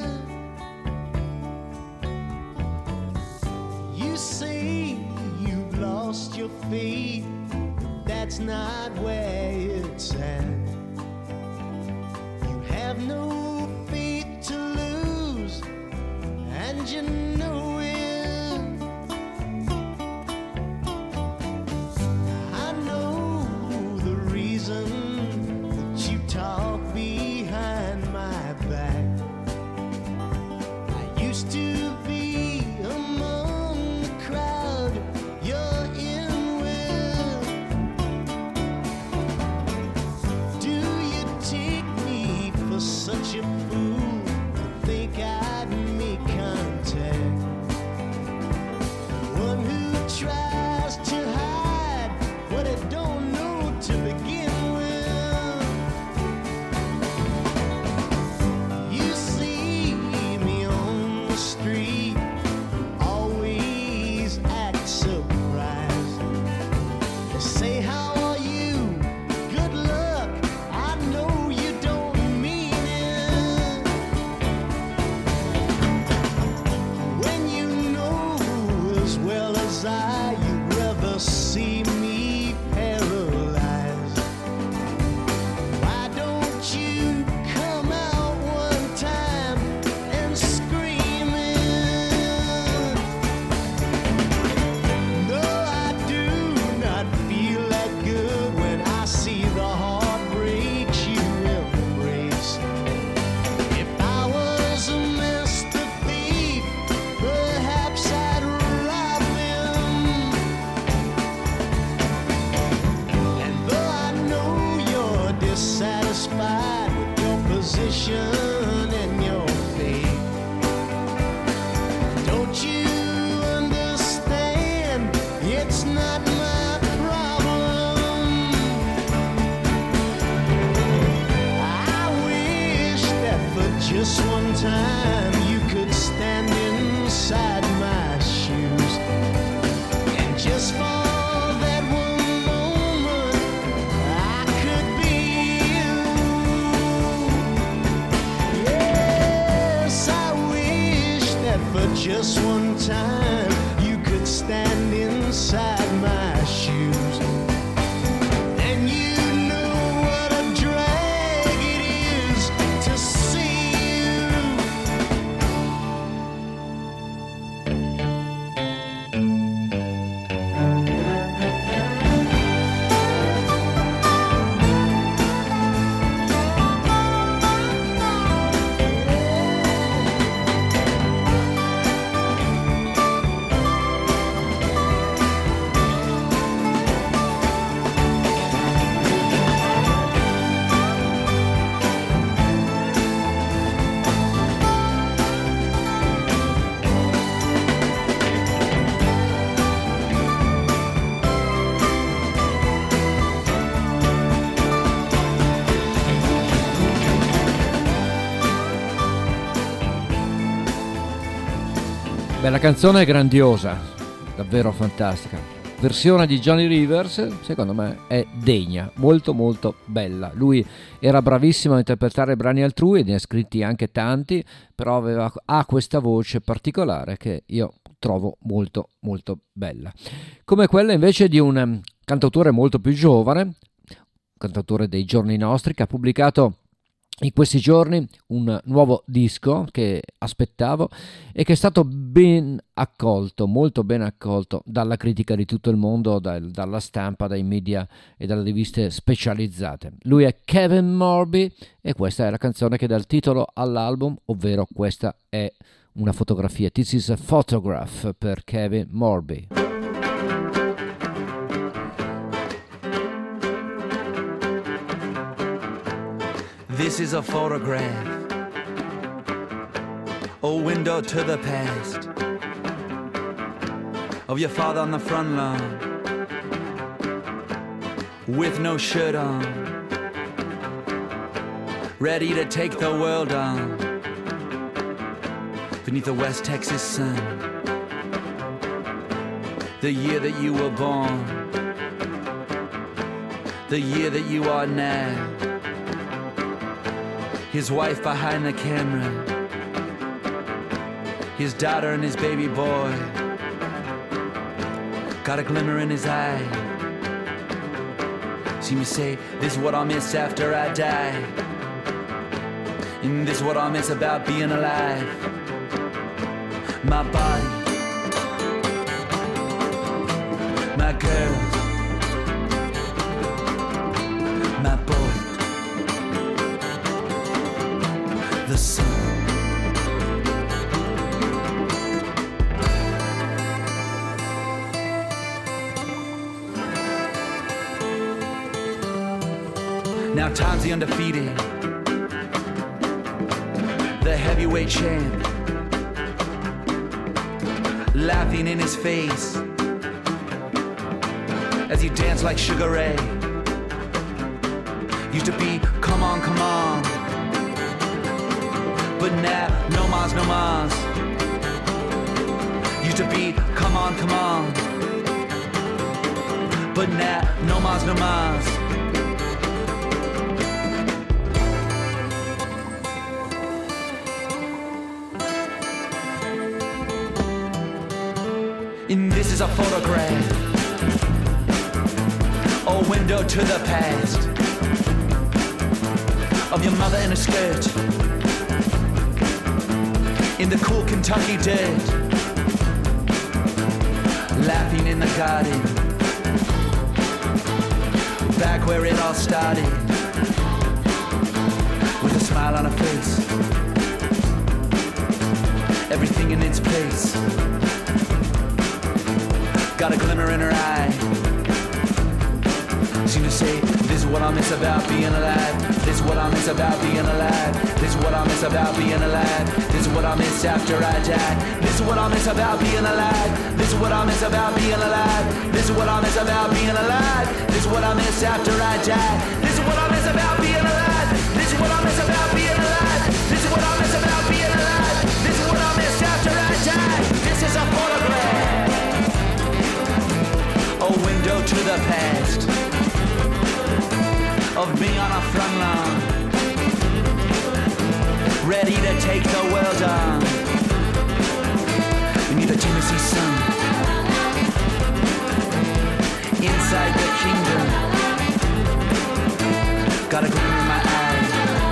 You say you've lost your faith, that's not where it's at. You have no faith to lose, and you know it. I know the reason that you talk behind my back. I used to be among the crowd you're in with. Do you take me for such a fool to think I'd make contact? One who tries to hide what it don't know to begin with. You see me on the street, always act surprised. They say, how are you? Good luck. I know you don't mean it. When you know as well as I, you'd rather see me paralyzed. Why don't you come out one time and scream it? No, I do not feel that good when I see the heartbreaks you embrace. If I was a master thief, perhaps I'd rob him. And though I know you're dissatisfied with your position and your fate, don't you understand? It's not my problem. I wish that for just one time you could stand inside my shoes, and just for that one moment I could be you. Yes, I wish that for just one time you could stand inside my shoes. And you know what a drag it is to see you. Beh, la canzone è grandiosa, davvero fantastica. Versione di Johnny Rivers, secondo me, è degna, molto molto bella. Lui era bravissimo a interpretare brani altrui, ne ha scritti anche tanti, però aveva, ha questa voce particolare che io trovo molto molto bella. Come quella invece di un cantautore molto più giovane, cantautore dei giorni nostri, che ha pubblicato in questi giorni un nuovo disco che aspettavo e che è stato ben accolto, molto ben accolto dalla critica di tutto il mondo, dal, dalla stampa, dai media e dalle riviste specializzate. Lui è Kevin Morby e questa è la canzone che dà il titolo all'album, ovvero questa è una fotografia. This is a photograph per Kevin Morby. This is a photograph, a window to the past, of your father on the front lawn, with no shirt on, ready to take the world on, beneath the West Texas sun, the year that you were born, the year that you are now. His wife behind the camera, his daughter and his baby boy, got a glimmer in his eye. See me say, this is what I'll miss after I die, and this is what I'll miss about being alive. My body, my girls, my boy, the sun. Now Tom's the undefeated, the heavyweight champ, laughing in his face as he danced like Sugar Ray. Used to be, come on, come on, but now, no mas, no mas. Used to be, come on, come on, but now, no mas, no mas. And this is a photograph, a window to the past, of your mother in a skirt, in the cool Kentucky dirt, laughing in the garden, back where it all started, with a smile on her face, everything in its place, got a glimmer in her eye. Seem to say, this is what I miss about being alive. This is what I miss about being alive. This is what I miss about being alive. This is what I miss after I die. This is what I miss about being alive. This is what I miss about being alive. This is what I miss about being alive. This is what I miss after I die. This is what I miss about being alive. This is what I miss about being alive. This is what I miss about being alive. This is what I miss after I die. This is a photograph, a window to the past, of me on a front lawn, ready to take the world on, beneath the Tennessee sun, inside the kingdom, got a gleam in my eye.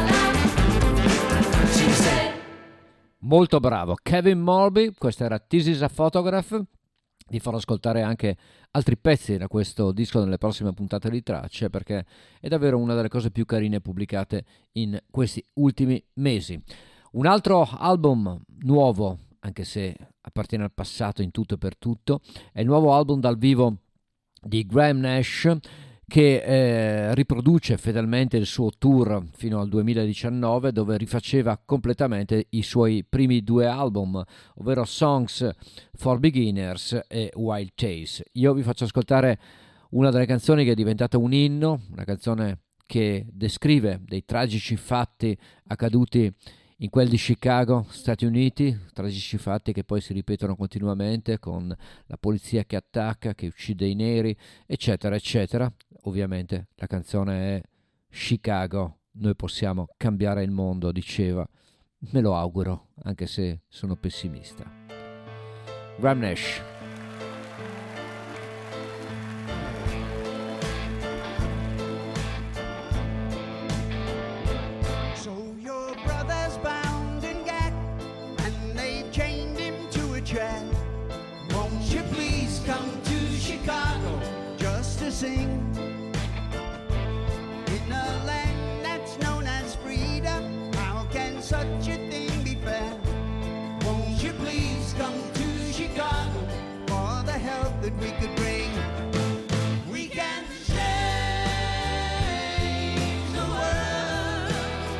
See you say. Molto bravo Kevin Morby, questa era This is a Photograph. Vi farò ascoltare anche altri pezzi da questo disco nelle prossime puntate di Tracce, perché è davvero una delle cose più carine pubblicate in questi ultimi mesi. Un altro album nuovo, anche se appartiene al passato in tutto e per tutto, è il nuovo album dal vivo di Graham Nash, che eh, riproduce fedelmente il suo tour fino al duemiladiciannove, dove rifaceva completamente i suoi primi due album, ovvero Songs for Beginners e Wild Chase. Io vi faccio ascoltare una delle canzoni che è diventata un inno, una canzone che descrive dei tragici fatti accaduti in quel di Chicago, Stati Uniti, tragici fatti che poi si ripetono continuamente, con la polizia che attacca, che uccide i neri, eccetera, eccetera. Ovviamente la canzone è Chicago, noi possiamo cambiare il mondo, diceva. Me lo auguro, anche se sono pessimista. Graham Nash. So such a thing be fair? Won't you please come to Chicago for the help that we could bring? We can change the world.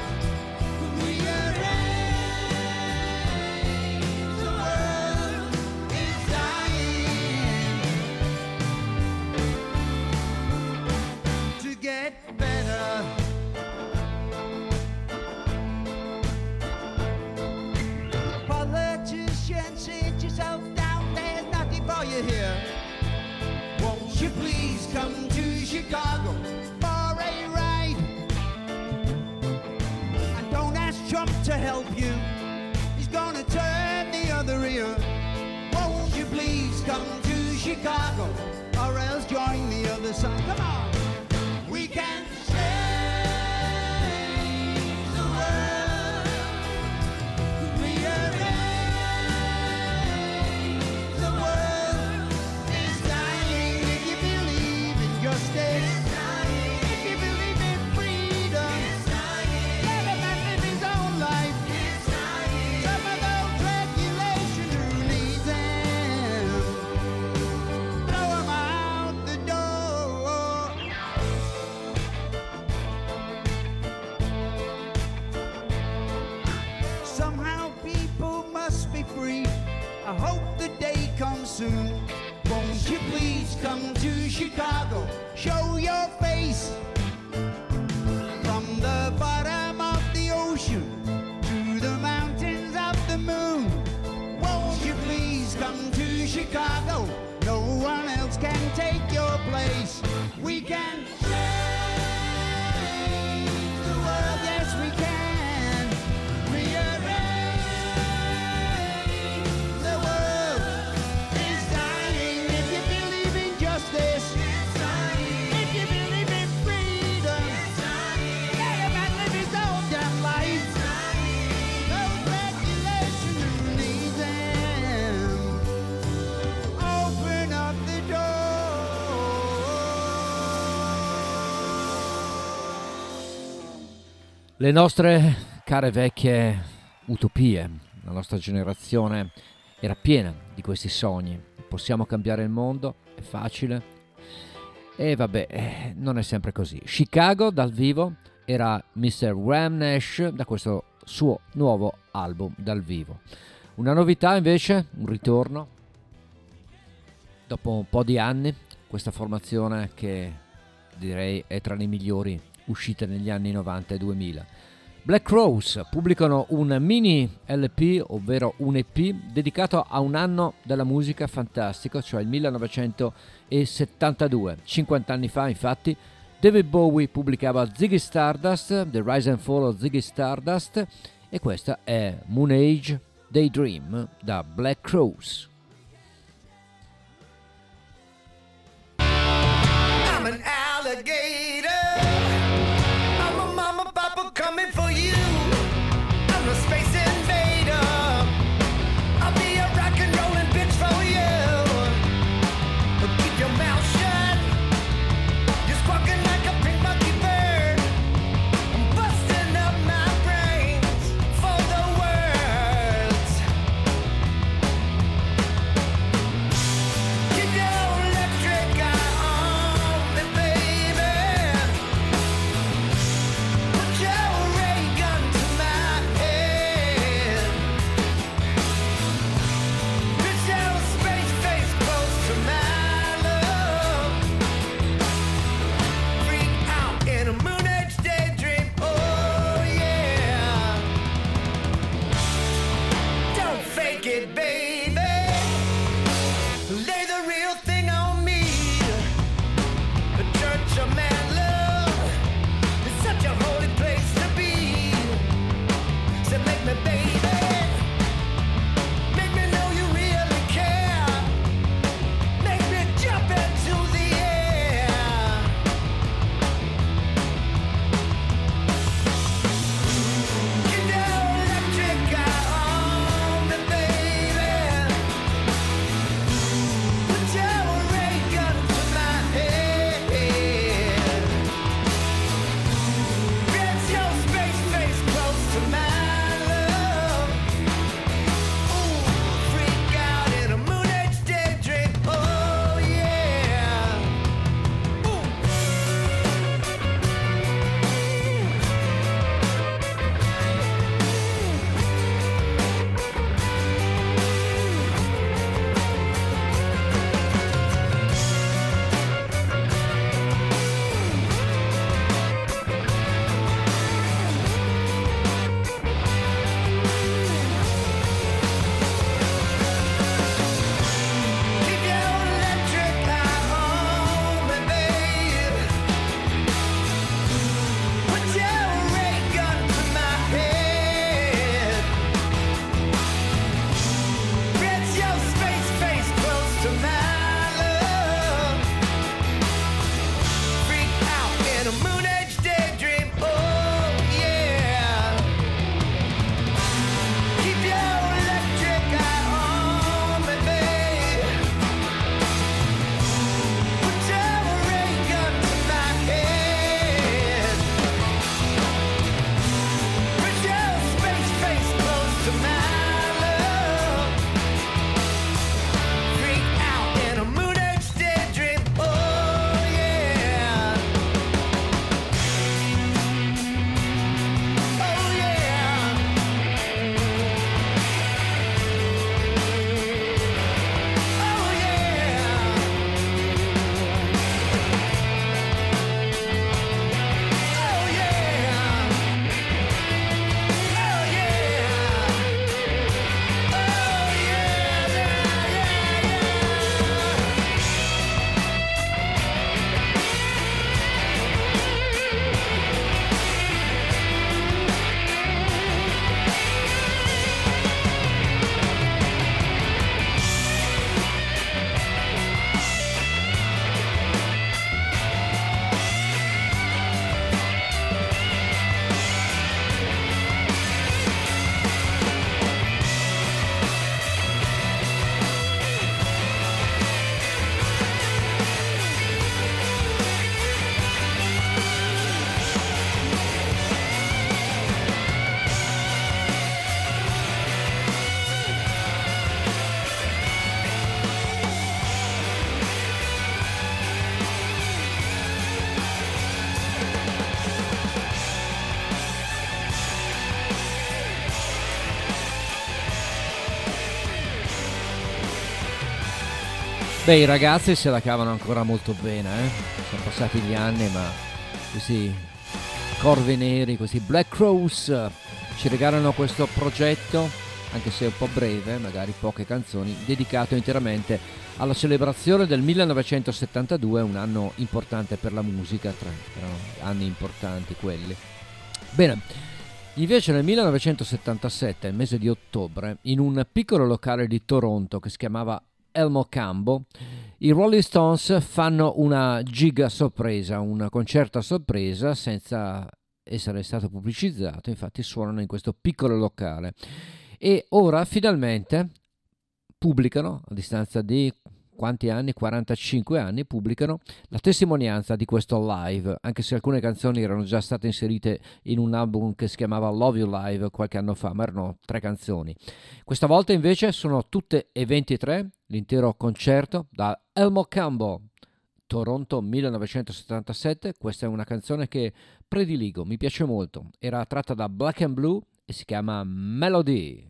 Rearrange the world is dying to get better. Politician, sit yourself down, there's nothing for you here. Won't you please come to Chicago for a ride? And don't ask Trump to help you, he's gonna turn the other ear. Won't you please come to Chicago or else join the other side? Come on! We can change the world. Rearrange the world is dying if you believe in justice. If you believe in freedom, let a man live his own life. Some of those regulations, who needs them? Throw 'em out the door. Somehow people must be free. I hope the day comes soon. Won't you please come to Chicago? Show your face. From the bottom of the ocean to the mountains of the moon. Won't you please come to Chicago? No one else can take your place. We can change the world, yes we can. Rearrange the world is dying if you believe in justice. If you believe in freedom, let a man live his own damn life. Those regulations, who needs them? Open up the door. Le nostre care vecchie utopie, la nostra generazione era piena di questi sogni. Possiamo cambiare il mondo, è facile. E vabbè, eh, non è sempre così. Chicago dal vivo era mister Graham Nash da questo suo nuovo album dal vivo. Una novità invece, un ritorno dopo un po' di anni, questa formazione che direi è tra le migliori uscite negli anni novanta e duemila. Black Crowes pubblicano un mini L P, ovvero un E P, dedicato a un anno della musica fantastico, cioè il millenovecentosettantadue. cinquanta anni fa, infatti, David Bowie pubblicava Ziggy Stardust, The Rise and Fall of Ziggy Stardust, e questa è Moon Age Daydream da Black Crowes. I'm an alligator. I'm a mama papa coming for you. I'm a space invader. I'll be a rock and rollin' bitch for you. But keep your mouth shut. You're squawking like a pink monkey bird. I'm busting up my brains for the words. Get your electric eye on me, baby. Beh, i ragazzi se la cavano ancora molto bene, eh? Sono passati gli anni, ma questi corvi neri, questi Black Crowes ci regalano questo progetto, anche se un po' breve, magari poche canzoni, dedicato interamente alla celebrazione del millenovecentosettantadue, un anno importante per la musica, tra erano anni importanti quelli. Bene, invece nel millenovecentosettantasette, nel mese di ottobre, in un piccolo locale di Toronto che si chiamava El Mocambo, i Rolling Stones fanno una giga sorpresa, un concerto a sorpresa senza essere stato pubblicizzato, infatti suonano in questo piccolo locale e ora finalmente pubblicano, a distanza di quanti anni? quarantacinque anni, pubblicano la testimonianza di questo live, anche se alcune canzoni erano già state inserite in un album che si chiamava Love You Live qualche anno fa, ma erano tre canzoni. Questa volta invece sono tutte e ventitré, l'intero concerto da El Mocambo, Toronto millenovecentosettantasette. Questa è una canzone che prediligo, mi piace molto, era tratta da Black and Blue e si chiama Melody.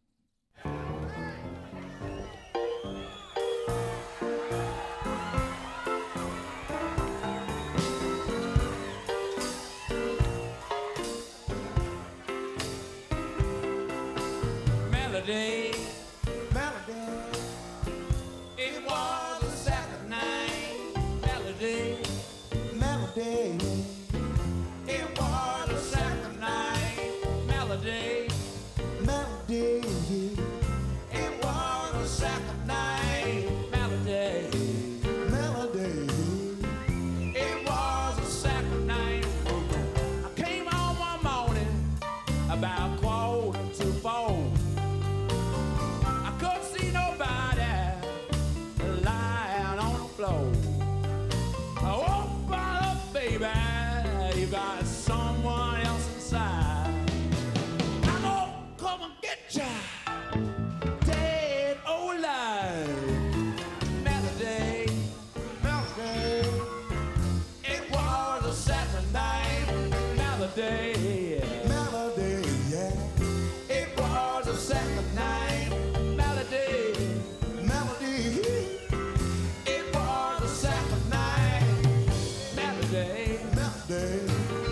Melody, melody, it was a second night. Melody, melody, it was a second night. Melody, melody, it was a second night. Melody, melody, it was a second night. I came home one morning about quarter to four. You got someone else inside. I'm gonna come and get ya, dead or alive. Melody, melody, it was a second night. Melody, melody, yeah, it was a second night. Melody, melody, it was a second night. Melody, melody.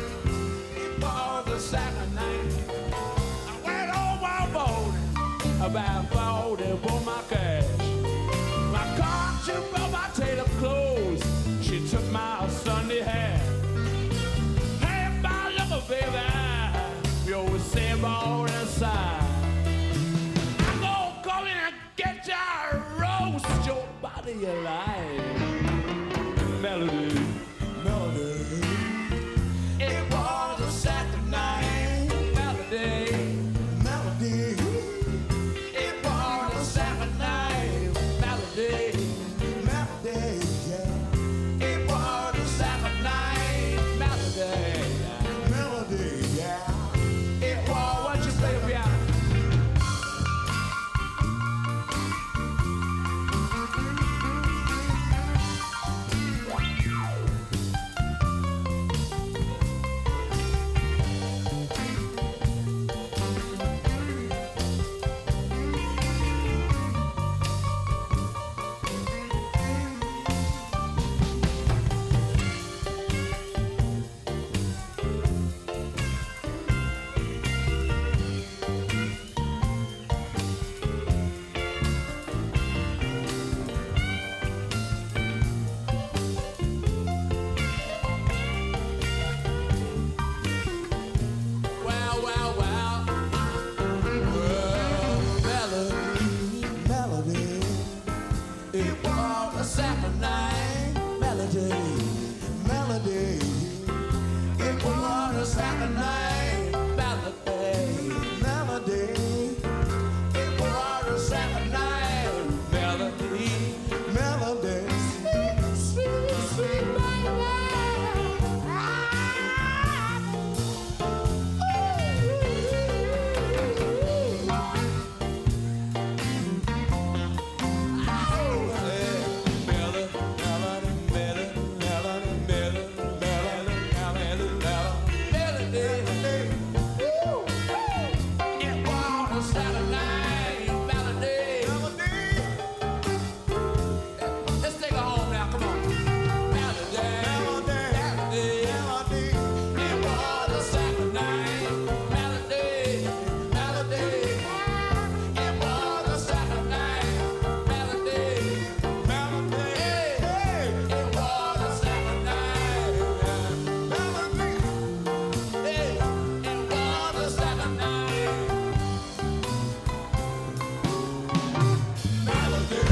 Second night, I went home while boating, about forty for my cash. My car, she broke my tailor clothes, she took my Sunday hat. Hey, my little baby, you're sailboat inside. I'm gonna come in and get ya, roast your body alive. Melody, melody, it was a second night. Melody, melody, it was a second night. Melody, melody, yeah, it was a second night. Melody, melody, yeah, it was what you play.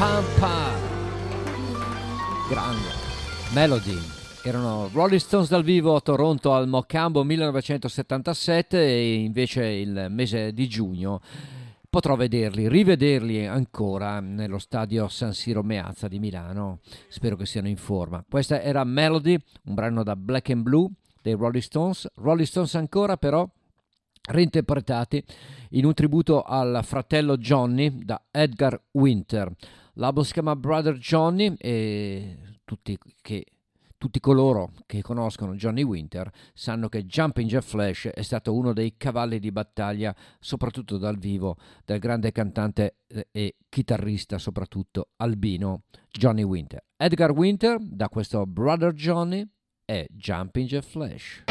pam pam. Grande Melody. Erano Rolling Stones dal vivo a Toronto al Mocambo millenovecentosettantasette, e invece il mese di giugno potrò vederli, rivederli ancora nello stadio San Siro Meazza di Milano. Spero che siano in forma. Questa era Melody, un brano da Black and Blue dei Rolling Stones. Rolling Stones ancora, però reinterpretati in un tributo al fratello Johnny da Edgar Winter. L'album si chiama Brother Johnny, e tutti, che, tutti coloro che conoscono Johnny Winter sanno che Jumping Jack Flash è stato uno dei cavalli di battaglia, soprattutto dal vivo, del grande cantante e chitarrista, soprattutto albino, Johnny Winter. Edgar Winter, da questo Brother Johnny, è Jumping Jack Flash.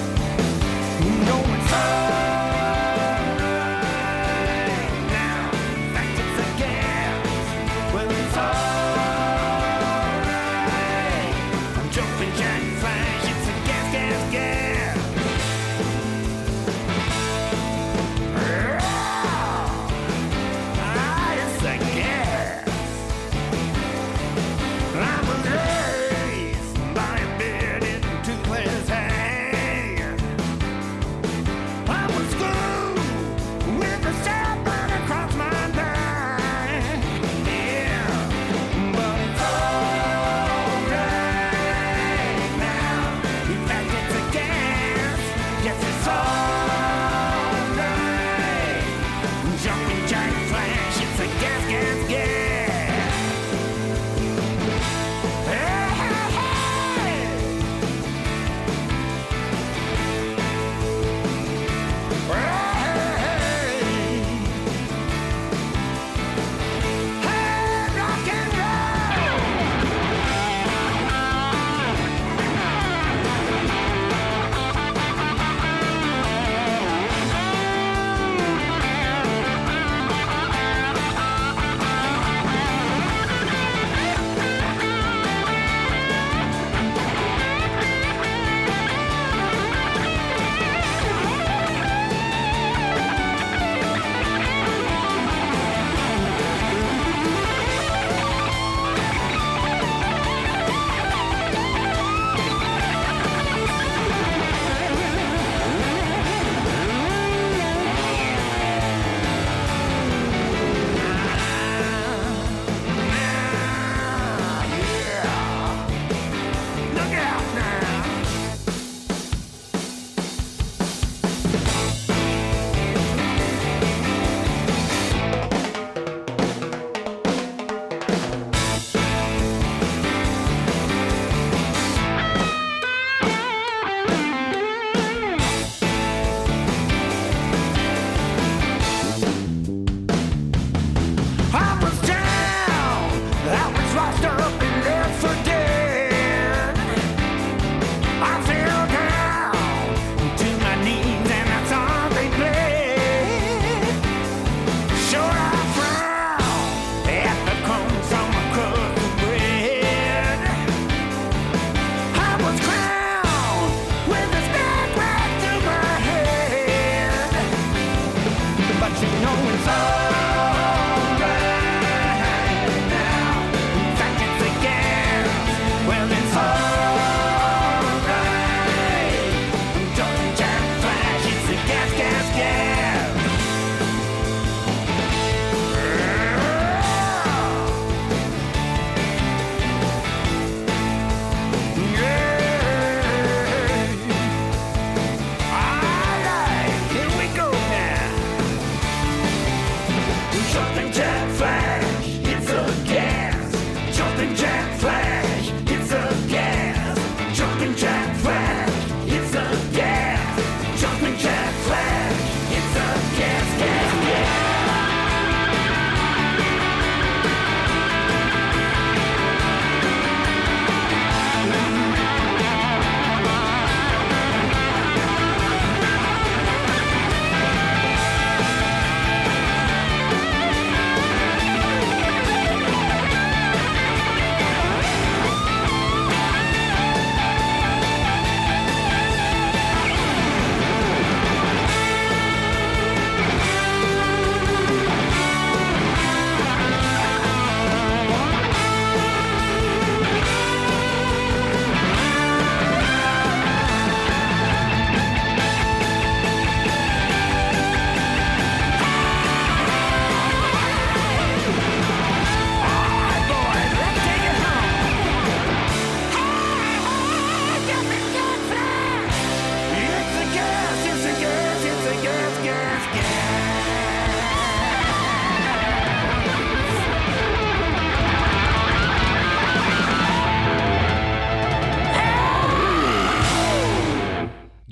Now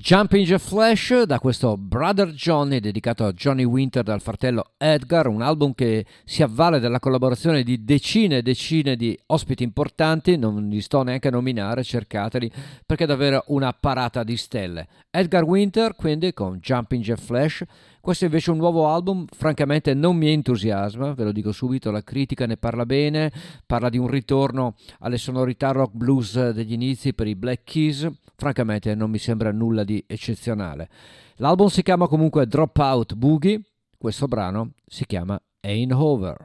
Jumping Jack Flash da questo Brother Johnny dedicato a Johnny Winter dal fratello Edgar, un album che si avvale della collaborazione di decine e decine di ospiti importanti, non li sto neanche a nominare, cercateli perché è davvero una parata di stelle. Edgar Winter quindi con Jumping Jack Flash. Questo è invece un nuovo album, francamente non mi entusiasma, ve lo dico subito, la critica ne parla bene, parla di un ritorno alle sonorità rock blues degli inizi per i Black Keys, francamente non mi sembra nulla di eccezionale. L'album si chiama comunque Dropout Boogie, questo brano si chiama Ain't Over.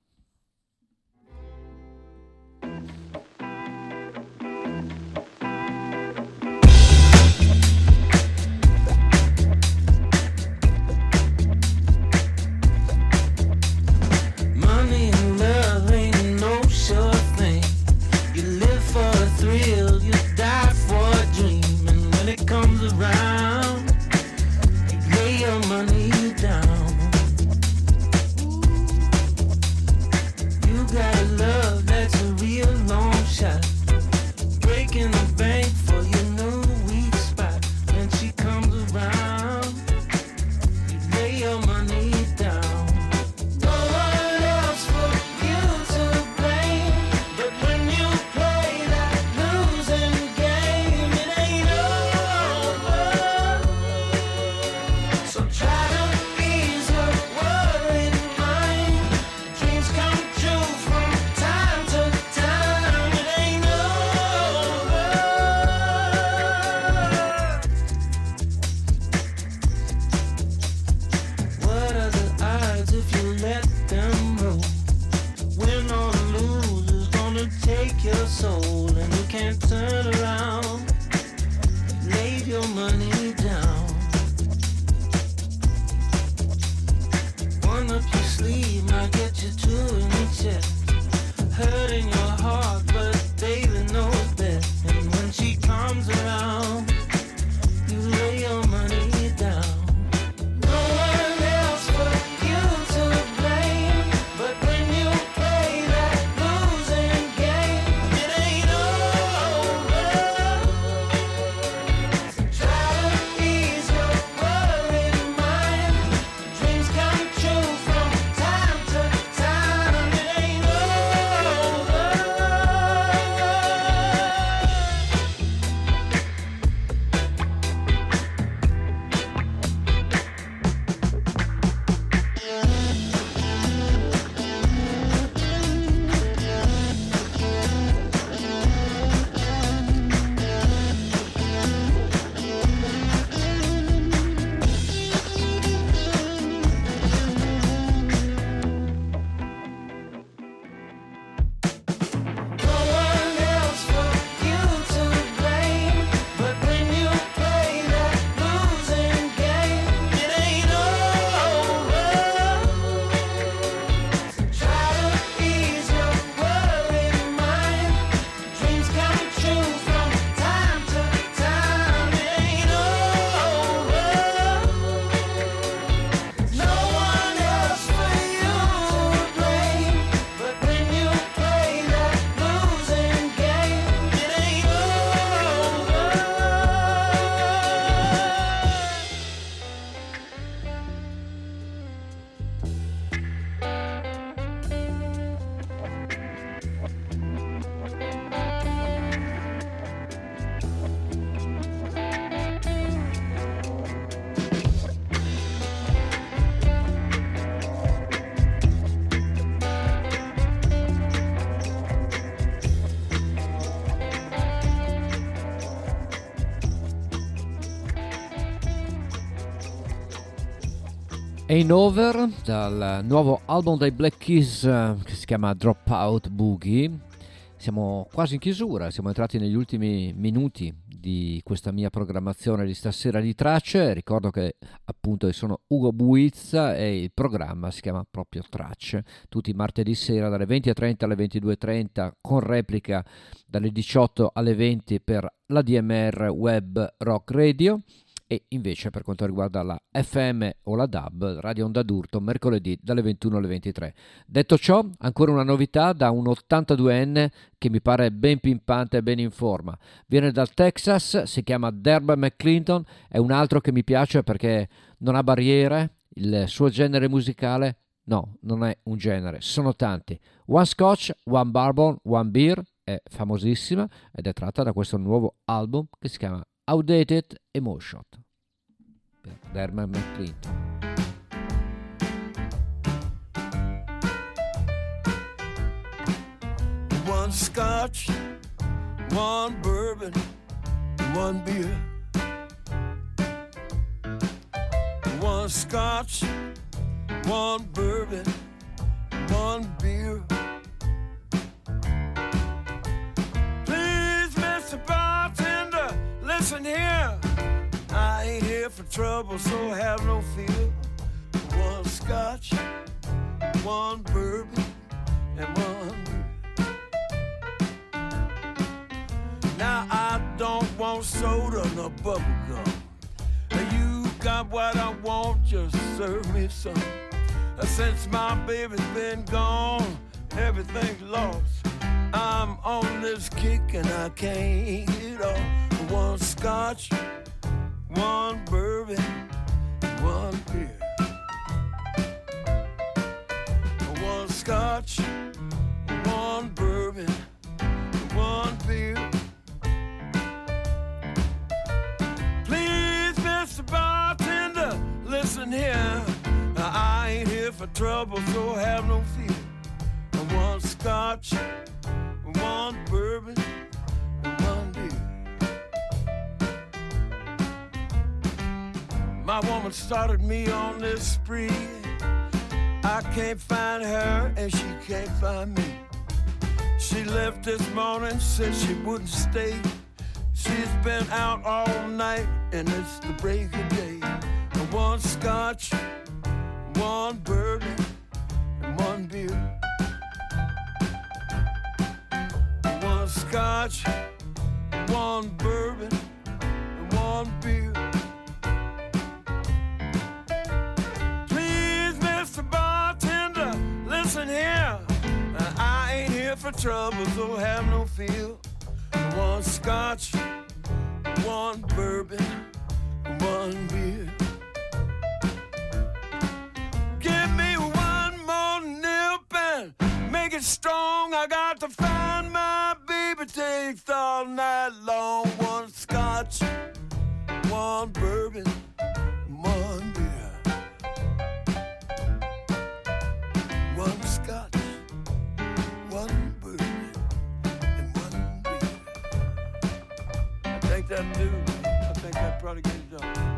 Ain't Over dal nuovo album dei Black Keys eh, che si chiama Dropout Boogie. Siamo quasi in chiusura, siamo entrati negli ultimi minuti di questa mia programmazione di stasera di tracce. Ricordo che appunto sono Ugo Buizza e il programma si chiama proprio Tracce, tutti i martedì sera dalle venti e trenta alle ventidue e trenta, con replica dalle diciotto alle venti per la D M R Web Rock Radio. e invece per quanto riguarda la F M o la D A B, Radio Onda d'Urto, mercoledì dalle ventuno alle ventitré. Detto ciò, ancora una novità da un ottantaduenne che mi pare ben pimpante e ben in forma. Viene dal Texas, si chiama Derba McClinton, è un altro che mi piace perché non ha barriere, il suo genere musicale, no, non è un genere, sono tanti. One Scotch, One Bourbon, One Beer, è famosissima ed è tratta da questo nuovo album che si chiama Outdated Emotion. Per Derba McClinton. One scotch, one bourbon, one beer. One scotch, one bourbon, one beer. Please, Mister Bartender, listen here. I ain't here for trouble, so have no fear. One scotch, one bourbon, and one beer. Now I don't want soda nor bubble gum. You got what I want, just serve me some. Since my baby's been gone, everything's lost. I'm on this kick and I can't get off. One scotch, one bourbon, one beer. One scotch, one bourbon, one beer. Please, Mister Bartender, listen here. I ain't here for trouble, so have no fear. One scotch, one bourbon, one beer. My woman started me on this spree. I can't find her and she can't find me. She left this morning, said she wouldn't stay. She's been out all night and it's the break of day. One scotch, one bourbon, and one beer. One scotch, one bourbon, and one beer. Please, Mister Bartender, listen here. I ain't here for trouble, so have no fear. One scotch, one bourbon, one beer. Give me one more nip and make it strong. I got to find my baby, takes all night long. One scotch, one bourbon, one beer. One scotch, one bourbon, and one beer. I think that'll do. I think that probably get it done.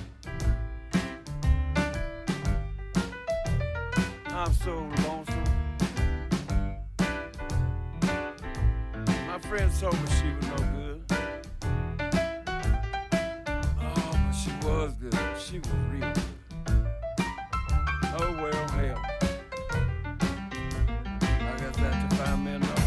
I'm so lonesome. My friend told me she was no good. Oh, but she was good. She was real good. Oh, well, hell. I guess I have to find me another.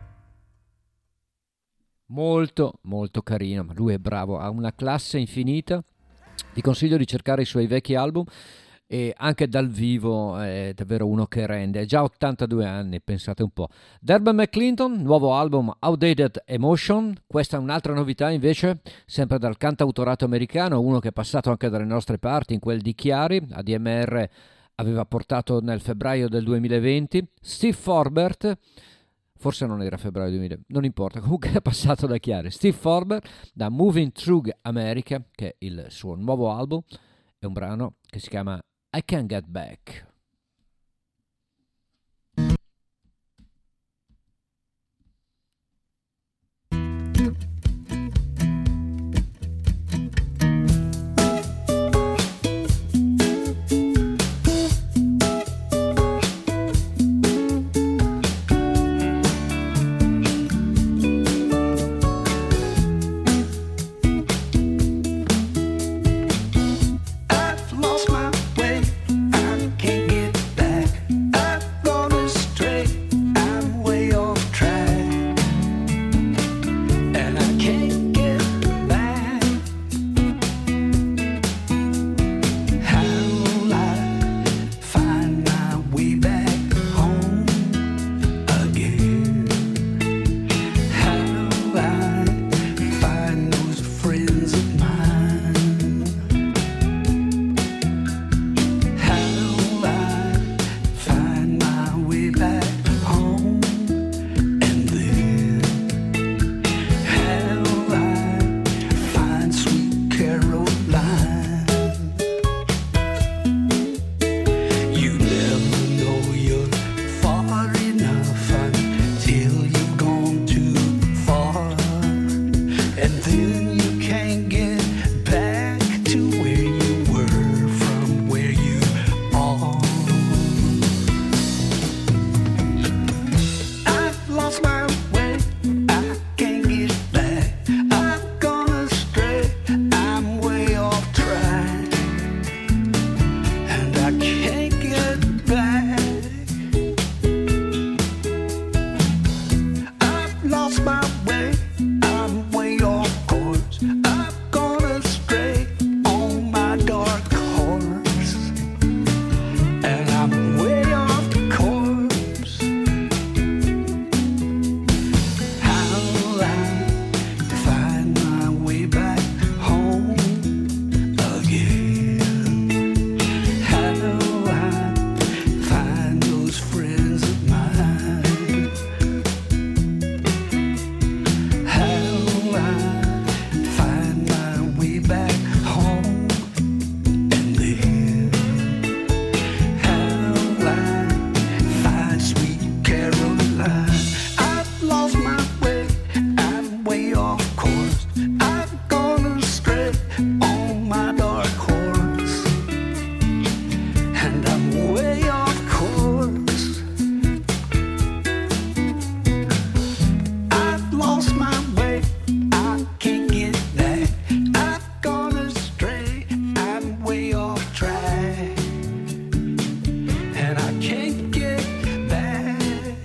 Molto, molto carino, ma lui è bravo, ha una classe infinita. Ti consiglio di cercare i suoi vecchi album. E anche dal vivo è davvero uno che rende. È già ottantadue anni, pensate un po'. Derba McClinton, nuovo album Outdated Emotion. Questa è un'altra novità invece, sempre dal cantautorato americano, uno che è passato anche dalle nostre parti, in quel di Chiari. A D M R aveva portato nel febbraio del duemilaventi Steve Forbert, forse non era febbraio duemila, non importa, comunque è passato da Chiari. Steve Forbert da Moving Through America, che è il suo nuovo album. È un brano che si chiama I Can't Get Back. I've lost my way. I can't lost my way, I can't get back. I've gone astray, I'm way off track, and I can't get back. I've lost my way, I'm way off course. I've gone astray on my dark horse, and I'm way off course. How'll I find my way back home again? How'll I find those friends of mine? How'll I find my way back home? And then how'll I find sweet Caroline? I've lost my way, I'm way off course. I've gone astray on my dark horse, and I'm way off course. I've lost my way, I can't get back. I've gone astray, I'm way off track, and I can't get back.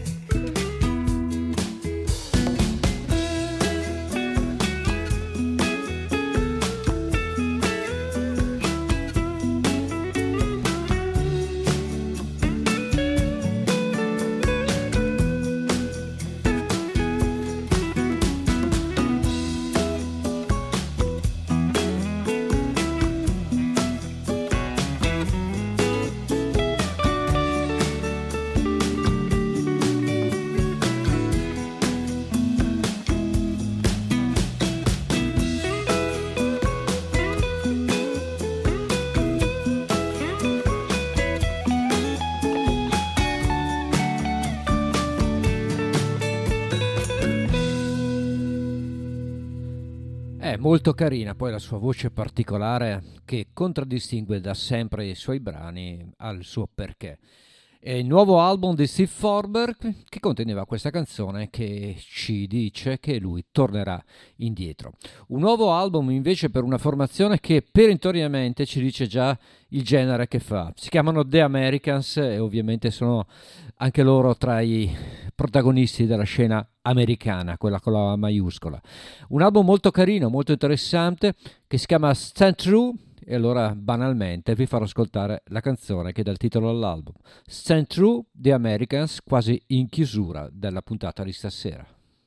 È molto carina poi la sua voce particolare che contraddistingue da sempre i suoi brani al suo perché. È il nuovo album di Steve Forber che conteneva questa canzone che ci dice che lui tornerà indietro. Un nuovo album invece per una formazione che perentoriamente ci dice già il genere che fa. Si chiamano The Americans e ovviamente sono anche loro tra i protagonisti della scena americana, quella con la maiuscola. Un album molto carino, molto interessante, che si chiama Stand True. E allora banalmente vi farò ascoltare la canzone che dà il titolo all'album, Stand True, The Americans, quasi in chiusura della puntata di stasera.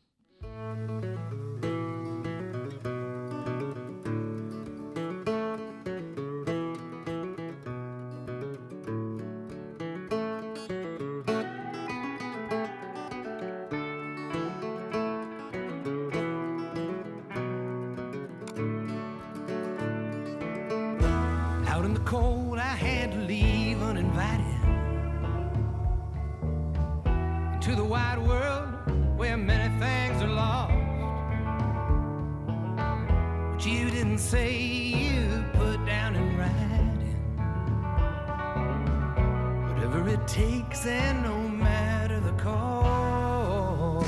Out in the cold, I had to leave uninvited into the wide world where many things are lost. But you didn't say you put down in writing whatever it takes, and no matter the cost,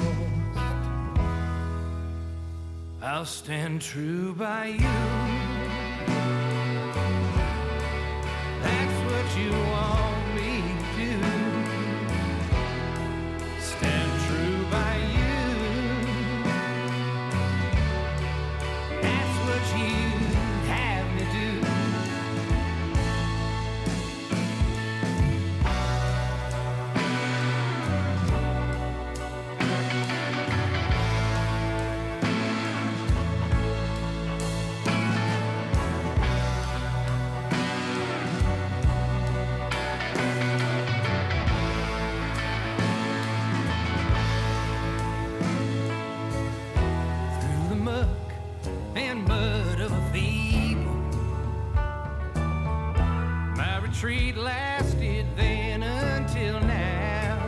I'll stand true by you. That's what you want me to do. Stand true by you. That's what you have me do. Retreat lasted then until now.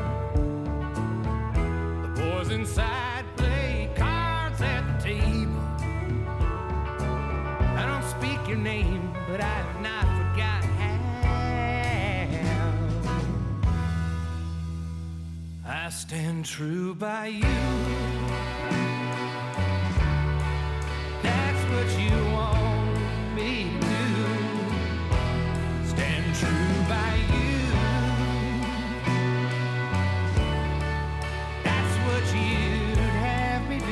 The boys inside play cards at the table. I don't speak your name, but I have not forgot how. I stand true by you. That's what you want me to do. Stand true by you. That's what you'd have me do.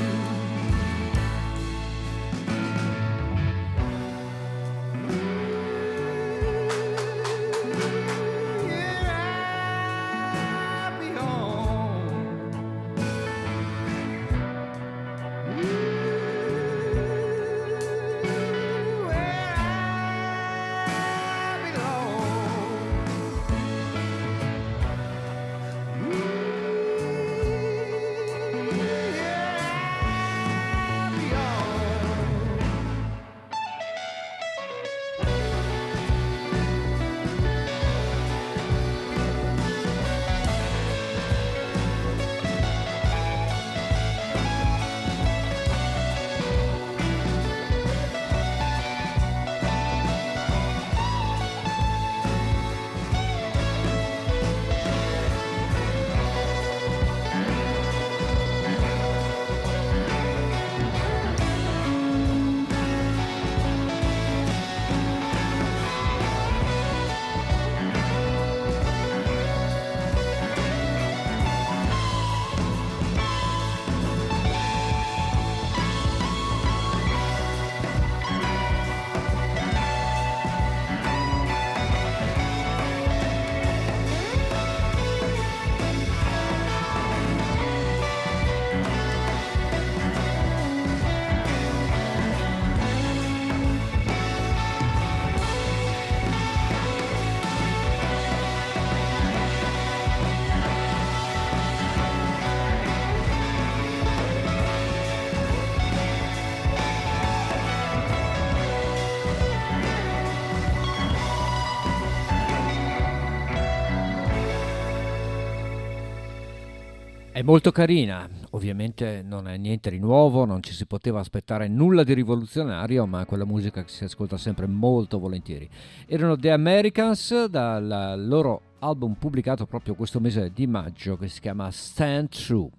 È molto carina, ovviamente non è niente di nuovo, non ci si poteva aspettare nulla di rivoluzionario, ma è quella musica che si ascolta sempre molto volentieri. Erano The Americans dal loro album pubblicato proprio questo mese di maggio che si chiama Stand True.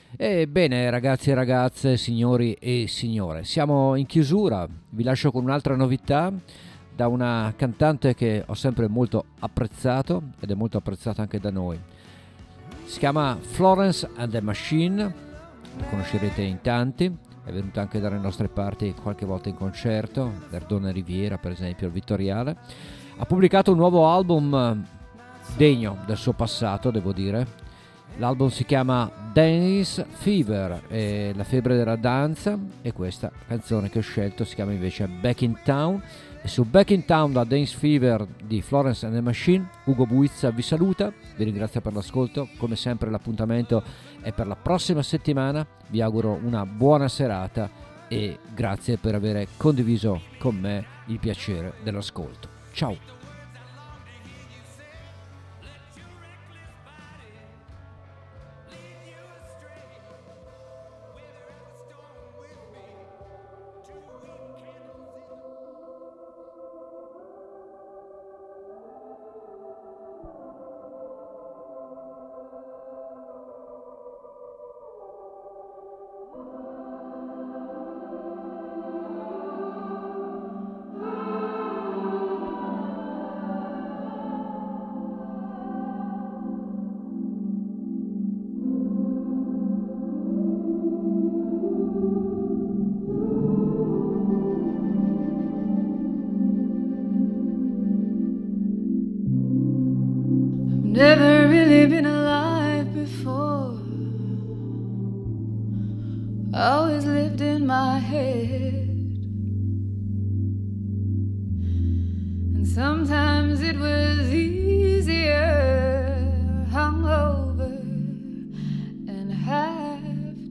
Ebbene ragazzi e ragazze, signori e signore, siamo in chiusura, vi lascio con un'altra novità da una cantante che ho sempre molto apprezzato ed è molto apprezzata anche da noi. Si chiama Florence and the Machine, la conoscerete in tanti, è venuta anche dalle nostre parti qualche volta in concerto, Verdone Riviera per esempio, il Vittoriale. Ha pubblicato un nuovo album degno del suo passato, devo dire. L'album si chiama Dance Fever, è la febbre della danza, e questa canzone che ho scelto si chiama invece Back in Town. E su Back in Town da Dance Fever di Florence and the Machine, Ugo Buizza vi saluta, vi ringrazio per l'ascolto, come sempre l'appuntamento è per la prossima settimana, vi auguro una buona serata e grazie per aver condiviso con me il piacere dell'ascolto. Ciao! Never really been alive before. Always lived in my head. And sometimes it was easier, hungover and half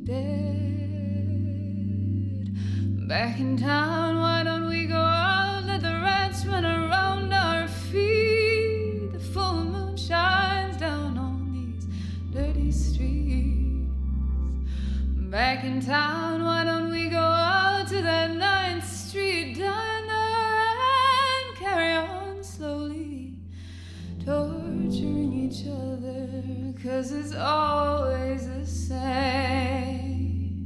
dead. Back in town, why don't we go out? Let the rats run around our feet. The full moon shines down on these dirty streets. Back in town, why don't we go out to that ninth Street diner and carry on slowly toward torturing each other, 'cause it's always the same.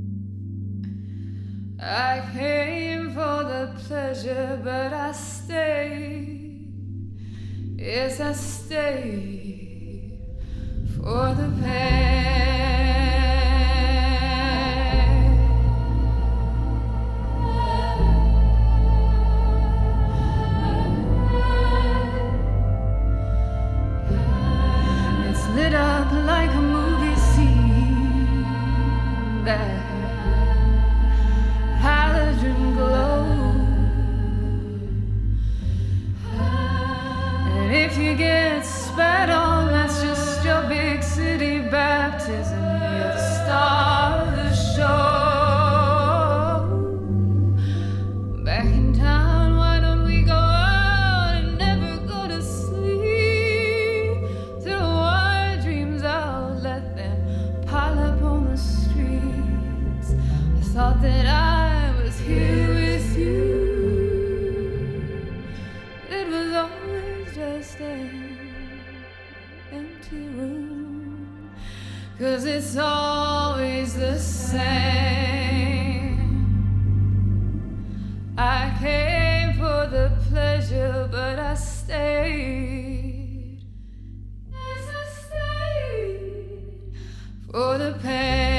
I came for the pleasure, but I stayed. Yes, I stayed for the pain. It's lit up like a movie scene, that halogen glow. And if you get spat on, that's just your big city baptism. You're the star of the show. Back in town, why don't we go out and never go to sleep? Through our dreams out, let them pile up on the streets. I thought that I was here with you. It was always just an empty room, 'cause it's always the same. I came for the pleasure, but I stayed. Yes, I stayed for the pain.